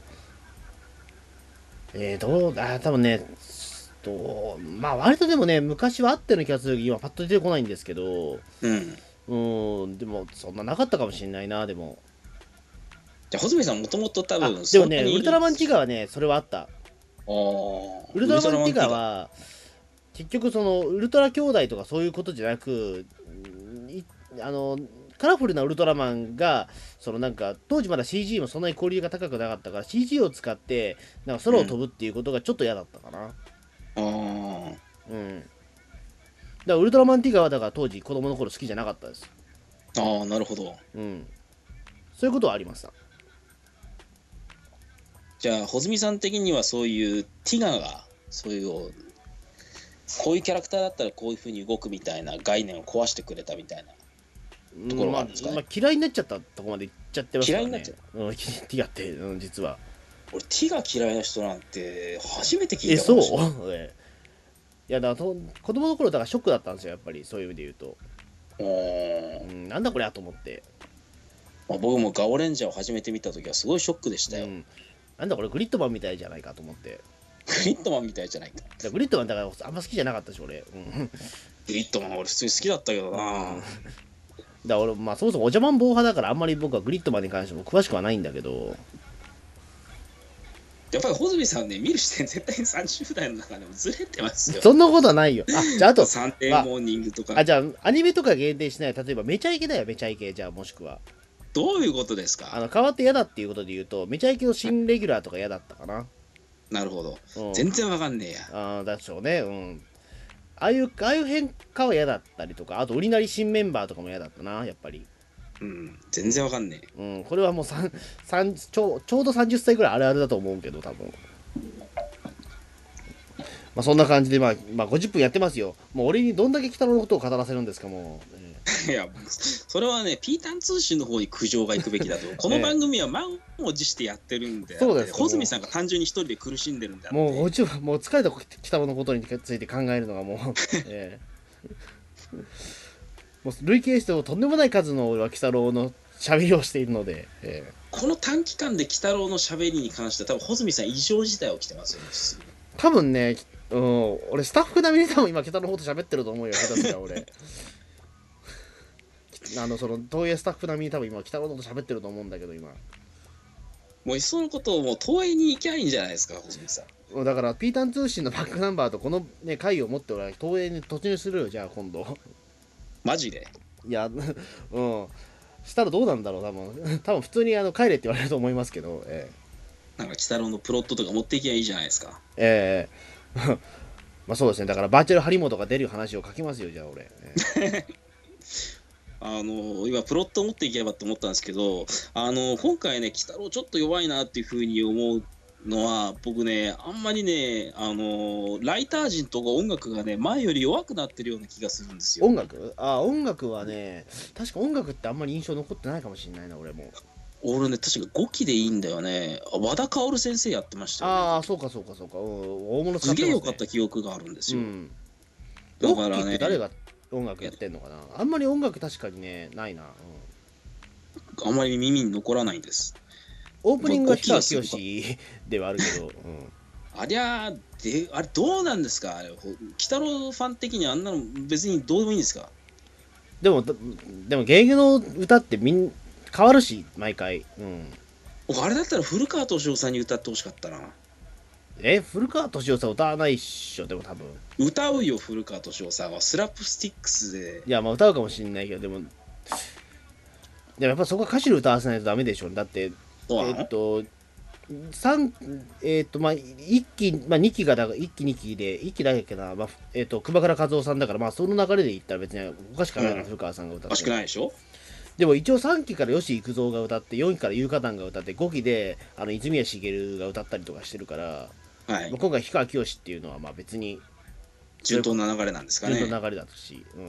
えー、どう、あ、多分ね、と、まあ割とでもね、昔はあったような気がするけど、今パッと出てこないんですけど、 うんうん、でもそんななかったかもしれないな、でも。 じゃあ穂積さんもともと多あ、 分でもね、 そんなにウルトラマンティガーはね、それはあった。 あーウルトラマンティガーウルは、結局その、ウルトラ兄弟とかそういうことじゃなく、いあの、カラフルなウルトラマンが、そのなんか、当時まだ シージー もそんなにクオリティが高くなかったから、シージー を使って、なんか空を飛ぶっていうことがちょっと嫌だったかな。 あーうん。だからウルトラマンティガーはだから当時子供の頃好きじゃなかったです。 あーなるほど。 うん。そういうことはありました。 じゃあ穂積さん的にはそういうティガがそういうこういうキャラクターだったらこういう風に動くみたいな概念を壊してくれたみたいなところがあるんですかね。 まあまあ、嫌いになっちゃったところまでいっちゃってますからね。 嫌いになっちゃう、うん、ティガって、うん、実は。 俺ティガ嫌いな人なんて初めて聞え、 いたかそうもしれない。 えいや、だからと子供の頃だからショックだったんですよ、やっぱりそういう意味で言うと。 ううん、なんだこれやと思って。 まあ、僕もガオレンジャーを初めて見た時はすごいショックでしたよ。 うん、なんだこれグリッドマンみたいじゃないかと思って。 グリッドマンみたいじゃないか。 だからグリッドマンだからあんま好きじゃなかったし、俺。うん、 グリッドマン俺普通に好きだったけどな。 だから俺、まあそもそもおじゃまん棒派だからあんまり僕はグリッドマンに関しても詳しくはないんだけど。 やっぱり穂積さんね、見る視点絶対にさんじゅう代の中でもずれてますよ。 そんなことはないよ。あ、じゃああと、 サンデーモーニングとか。 あ、じゃあアニメとか限定しない。例えばめちゃイケだよ、めちゃイケ。じゃあもしくは。 どういうことですか？ あの、変わって嫌だっていうことで言うと、めちゃイケの新レギュラーとか嫌だったかな。 なるほど。 うん、 全然わかんねえや。 ああ、だでしょうね。うん。ああいう、ああいう変化は嫌だったりとか、あと、売りなり新メンバーとかも嫌だったな、やっぱり。 うん、全然わかんねえ。 うん、これはもうさんさんちょう、ちょうどさんじゅっさいぐらいあるあるだと思うけど、多分。まあ、そんな感じで、まあ、まあ、ごじゅっぷんやってますよ。もう俺にどんだけ北野のことを語らせるんですか、もう。えいや、それはね、ピータン通信の方に苦情が行くべきだと。この番組は満を持してやってるんで、 そうです穂積さんが単純に一人で苦しんでるんだって。 もうごじゅう、もう疲れた北野のことについて考えるのがもう、ええもう累計してもとんでもない数の俺は鬼太郎の喋りをしているので、ええこの短期間で鬼太郎の喋りに関しては多分穂積さん異常事態起きてますよね。 多分ね、うん、俺スタッフ並みに多分今北野のこと喋ってると思うよ、下手すりゃ俺。あのその東映スタッフ並みに多分今北野のこと喋ってると思うんだけど今。 もういっそのことをもう東映に行きゃいいんじゃないですか、穂積さん。 だからピータン通信のバックナンバーとこのね会を持って俺は東映に突入するよ、じゃあ今度。 マジで。 いや、うん。したらどうなんだろう、多分。多分普通にあの帰れって言われると思いますけど、えなんか鬼太郎のプロットとか持っていきゃいいじゃないですか。 えええまあそうですね、だからバーチャル張本が出る話を書きますよ、じゃあ俺。ええあの今プロット持っていけばと思ったんですけど、あの今回ね鬼太郎ちょっと弱いなっていうふうに思うのは、僕ねあんまりねあのライター陣とか音楽がね前より弱くなってるような気がするんですよ。 音楽あ、音楽はね、確か音楽ってあんまり印象残ってないかもしれないな、俺も。 俺ね確かごきでいいんだよね。和田薫先生やってましたよね。 ああ、そうかそうかそうか。うん、大物使すってますね。 げえ良かった記憶があるんですよ。 うん。 だからねゴッキーって誰が音楽やってんのかな。あんまり音楽確かにね、ないな。うん、 あんまり耳に残らないんです。 オープニングは氷川きよしではあるけど、うん、 ありゃーで、あれどうなんですか、あれ、鬼太郎ファン的にあんなの別にどうでもいいんですか。 でも、でも、芸能の歌ってみん変わるし、毎回。うん。 僕、あれだったら古川敏夫さんに歌ってほしかったな。 え、古川敏夫さん歌わないっしょ、でも多分。 歌うよ、古川敏夫さんは。スラップスティックスで。 いや、まあ歌うかもしんないけど、でも、でもやっぱそこは歌詞で歌わせないとダメでしょ。だって、えっと、三えっと、まあ、一期、まあ、二期がだから、一期二期で、一期だけな、まあ、えっと、熊倉和夫さんだから、まあ、その流れで言ったら別におかしくないな、うん、古川さんが歌って。 おかしくないでしょ。 でも一応さんきから吉幾三が歌って、よんきから有歌団が歌って、ごきであの泉谷しげるが歌ったりとかしてるから、はい、まあ、今回氷川きよしっていうのはまあ別に順当な流れなんですかね。 順当な流れだとし、うん、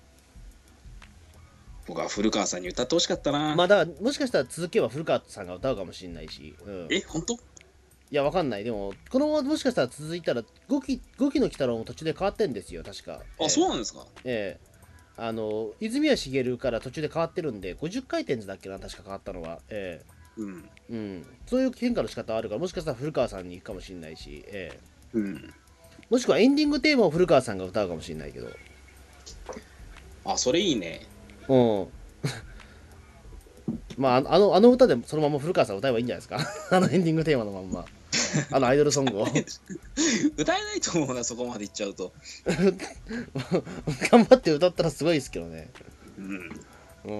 僕は古川さんに歌ってほしかったな。 まあだからもしかしたら続けば古川さんが歌うかもしれないし、うん、 え、本当？ いやわかんない。でもこのままもしかしたら続いたらごきごきの鬼太郎も途中で変わってんですよ確か。 あ、 えー、 そうなんですか。 ええーあの泉谷しげるから途中で変わってるんでごじゅっかい転だっけな確か変わったのは、ええー、うんうん、そういう変化の仕方あるからもしかしたら古川さんに行くかもしれないし、えーうん、 もしくはエンディングテーマを古川さんが歌うかもしれないけど。 あ、それいいね。 うんまあ、あのあの歌でそのまま古川さん歌えばいいんじゃないですかあのエンディングテーマのまんまあのアイドルソングを歌えないと思うな、そこまでいっちゃうと頑張って歌ったらすごいですけどね。 うん、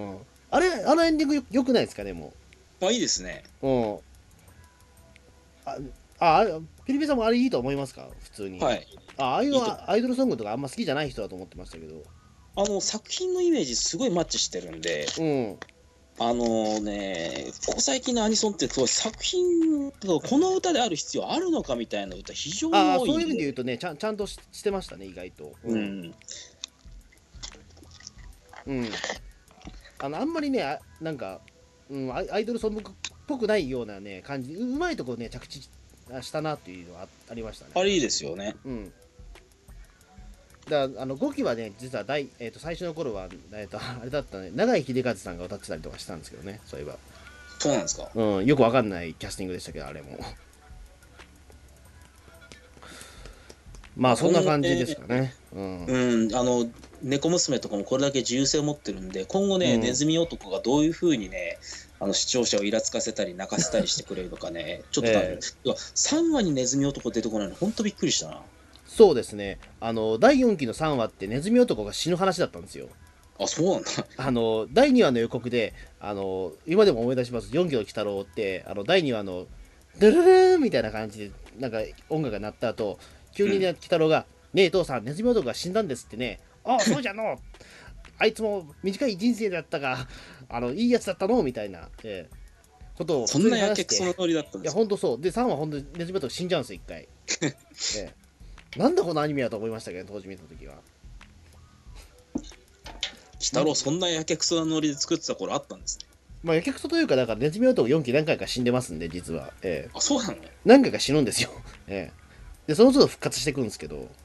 うん、あれあのエンディング よ, よくないですかね。もうあいいですね。 うんああピリピさんもあれいいと思いますか普通に。 はい。 あああいうアイドルソングとかあんま好きじゃない人だと思ってましたけど、 あの作品のイメージすごいマッチしてるんで、 うん、 あのね、ここ最近のアニソンって作品この歌である必要あるのかみたいな歌非常に多いんで。あそういう意味で言うとねちゃん、ちゃんと し, してましたね意外と。 うん、 うん、 あのあんまりねあなんか、うん、アイアイドルソングっぽくないようなね感じ、うまいところね着地したなっていうのはあありましたね。 あれいいですよね。 うん。だからあのごきはね実は大、えー、と最初の頃は、えー、とあれだったね、永井秀和さんが歌ってたりとかしたんですけどね、そういえば。 そうなんですか。 うん、よくわかんないキャスティングでしたけど、あれも。まあそんな感じですかね。うん。 うん、あの猫娘とかもこれだけ自由性を持ってるんで、今後ね、 うんネズミ男がどういうふうにね、あの視聴者をイラつかせたり泣かせたりしてくれるのかね、ちょっと楽しみ、 ええいやさんわにネズミ男出てこないの本当びっくりしたな。 そうですね。あのだいよんきのさんわってネズミ男が死ぬ話だったんですよ。 あ、そうなんだ。 あのだいにわの予告で、あの今でも思い出します。よんきの鬼太郎ってあのだいにわのドゥルルーンみたいな感じでなんか音楽が鳴った後、急にね、鬼太郎がねえ父さん、ネズミ男が死んだんですってね。ああそうじゃの。あいつも短い人生だったが、あのいいやつだったのみたいな、ええことをそんなやけ話して。 くそのノリだったんいや、 ですか。 ほんとそう。で、さんはほんとネズミ男死んじゃうんですよ、一回。ええ、なんだこのアニメだと思いましたけど、当時見たときは。 鬼太郎そんなやけくそなノリで作ってた頃あったんですね。 まあ、やけくそというか、だからネズミ男よんき何回か死んでますんで、実は。ええ、 あ、そうなの。 何回か死ぬんですよ。ええ。で、その都度復活していくんですけど、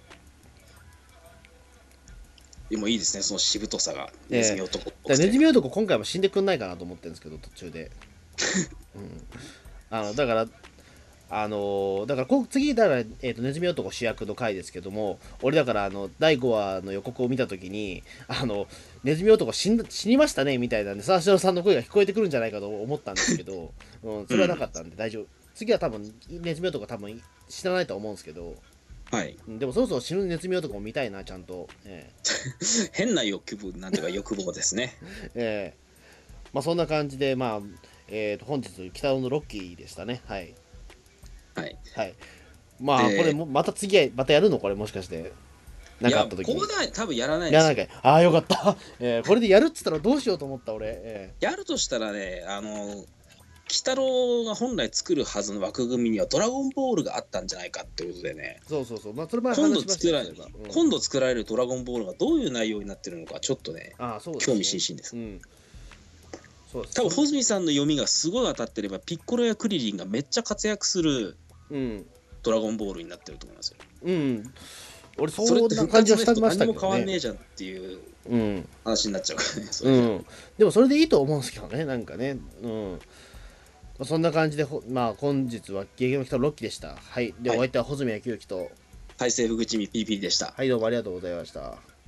でもいいですね、そのしぶとさがええネズミ男っぽだからくて。 ネズミ男今回も死んでくんないかなと思ってるんですけど、途中で。うん。あの、だから、あのーだからこ次だから、えー、とネズミ男主役の回ですけども、俺だからあのだいごわの予告を見たときに、あのネズミ男死んだ死にましたねみたいなんで沢城さんの声が聞こえてくるんじゃないかと思ったんですけど、うん、それはなかったんで大丈夫。次は多分ネズミ男は多分死なないと思うんですけど、 はい。 うん、でもそろそろ死ぬネズミ男も見たいなちゃんと、え変な欲望なんていうか欲望ですね。 ーえーまあそんな感じで、まあえー、と本日北尾のロッキーでしたね。はいはい。 はい。まあ、こでれも、また次は、またやるのこれもしかして。なんいや、 かあった時に。 ここでは多分やらないですよ。 やらないかい。ああ、よかった。えーこれでやるっつったらどうしようと思った、俺。えやるとしたらね、あの、鬼太郎が本来作るはずの枠組みにはドラゴンボールがあったんじゃないかってことでね、 ーそうそうそう。まあ、それ前今話しましたよ度作られそういえばうん今度作られるドラゴンボールがどういう内容になってるのか、ちょっとね、 ああ、そうです、 興味津々です。 うん。そうです。 多分、穂積さんの読みがすごい当たってれば、ピッコロやクリリンがめっちゃ活躍するうん。 ドラゴンボールになってると思いますよ。 うん。俺、そそれって復んな感じ活の人はしてましたけ何も変わんねどね。 えじゃんっていううん。 話になっちゃうからね。それじゃうん。でも、それでいいと思うんですけどね、なんかね。うん。まあ、そんな感じで、ほまあ、本日はゲームの人ロッキーでした。はい。で、 はいお相手は穂積昭之と、 大政福口味 ピーピー でした。 はい、どうもありがとうございました。